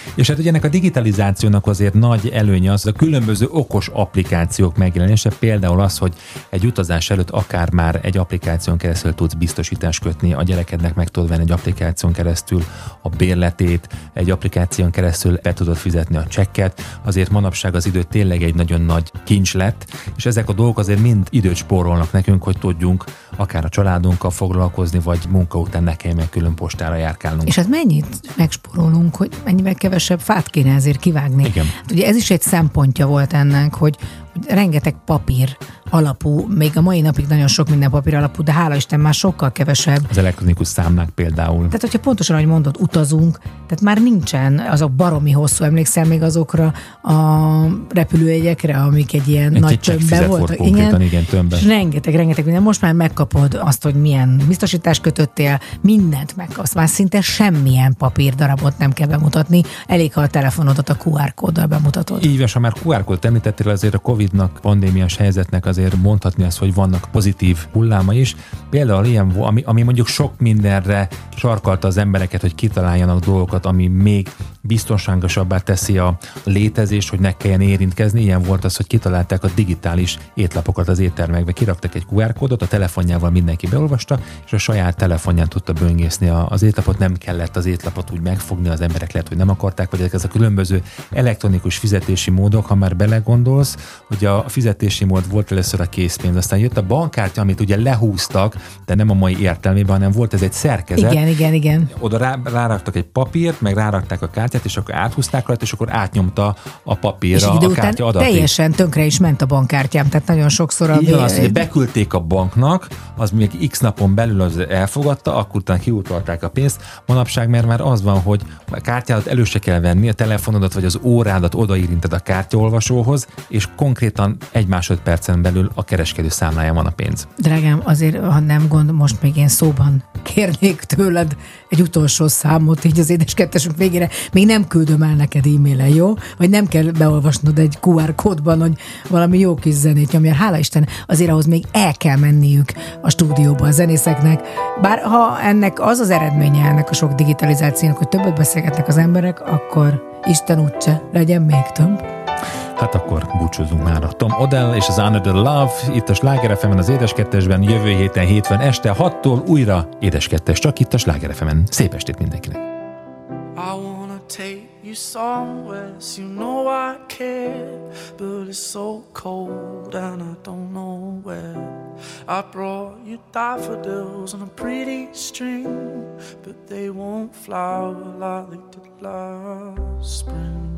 És hát ugye ennek a digitalizációnak azért nagy előnye az a különböző okos applikációk megjelenése, például az, hogy egy utazás előtt akár már egy applikáción keresztül tudsz biztosítást kötni, a gyerekednek meg tudod venni egy applikáción keresztül a bérletét, egy applikáción keresztül be tudod fizetni a csekket, azért manapság az idő tényleg egy nagyon nagy kincs lett, és ezek a dolgok azért mind időt spórolnak nekünk, hogy tudjunk akár a családunkkal foglalkozni, vagy munka után ne kelljen meg külön postára járkálnunk. És hát mennyit megspórolunk, hogy mennyivel kevesebb fát kéne ezért kivágni. Igen. Hát ugye ez is egy szempontja volt ennek, hogy rengeteg papír alapú, még a mai napig nagyon sok minden papír alapú, de hála Isten már sokkal kevesebb. Az elektronikus számlák például. Tehát, hogyha pontosan, ahogy mondod, utazunk, tehát már nincsen azok baromi hosszú, emlékszel még azokra a repülőjegyekre, amik egy ilyen nagy tömbben voltak. Igen, tömbben. És rengeteg minden. Most már megkapod azt, hogy milyen biztosítást kötöttél, mindent megkapsz. Már szinte semmilyen papírdarabot nem kell bemutatni, elég, ha a telefonodat a QR kóddal bemutatod. Így van, ha már QR kódot említettél, azért a Covid-nak, pandémiás helyzetnek azért mondhatni azt, hogy vannak pozitív hulláma is. Például ilyen, ami mondjuk sok mindenre sarkalta az embereket, hogy kitaláljanak dolgokat, ami még biztonságosabbá teszi a létezést, hogy ne kelljen érintkezni. Ilyen volt az, hogy kitalálták a digitális étlapokat az éttermekbe. Kiraktak egy QR kódot, a telefonjával mindenki beolvasta, és a saját telefonján tudta böngészni az étlapot. Nem kellett az étlapot úgy megfogni, az emberek lehet, hogy nem akarták, vagy ez a különböző elektronikus fizetési módok, ha már belegondolsz, hogy a fizetési mód volt először a készpénz, aztán jött a bankkártya, amit ugye lehúztak, de nem a mai értelmében, hanem volt ez egy szerkezet. Igen. Oda ráraktak egy papírt, meg rárakták a kártyát, és akkor áthúzták rajta, és akkor átnyomta a papírra a kártya adatait. Teljesen tönkre is ment a bankkártyám, tehát nagyon sokszor így van, azt, hogy beküldték a banknak, az még x napon belül az elfogadta, akkor utána kiutalták a pénzt. Manapság már az van, hogy a kártyádat elő se kell venni, a telefonodat vagy az órádat odaérinted a kártyaolvasóhoz, és konkrétan egy másodpercen belül a kereskedő számláján van a pénz. Drágám, azért, ha nem gond, most még én szóban kérnék tőled egy utolsó számot, így az édeskettesünk végére. Még nem küldöm el neked e-mailen, jó? Vagy nem kell beolvasnod egy QR kódban, hogy valami jó kis zenét nyomjál. Hála Isten, azért ahhoz még el kell menniük a stúdióba a zenészeknek. Bár ha ennek az eredménye ennek a sok digitalizációnak, hogy többet beszélgetnek az emberek, akkor Isten úgyse legyen még több. Hát akkor búcsúzunk már. A Tom Odell és az Another Love itt a Sláger FM-en az Édeskettesben, jövő héten hétfőn este 6-tól újra Édeskettes, csak itt a Sláger FM-en. Szép estét mindenkinek! I wanna take you somewhere, so you know I care, but it's so cold and I don't know where. I brought you daffodils on a pretty string, but they won't flower like they did last spring.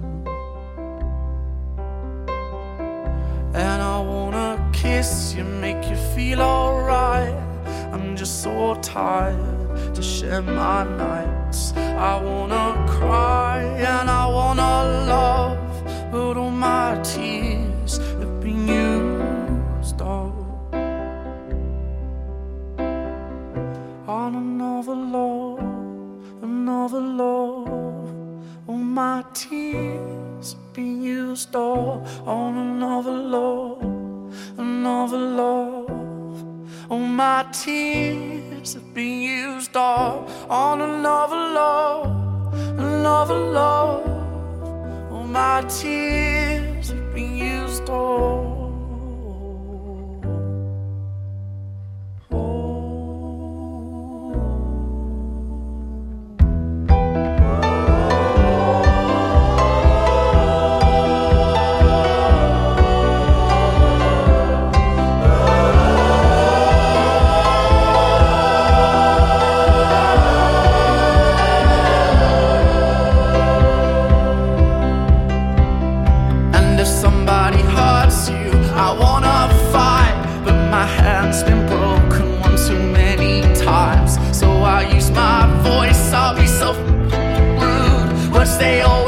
And I wanna kiss you, make you feel alright. I'm just so tired to share my nights. I wanna cry and I wanna love, but all my tears have been used up on another love, another love. All my tears have been used up on another love, another love. All my tears have been used up on another love, another love. All my tears have been used up. Stay on.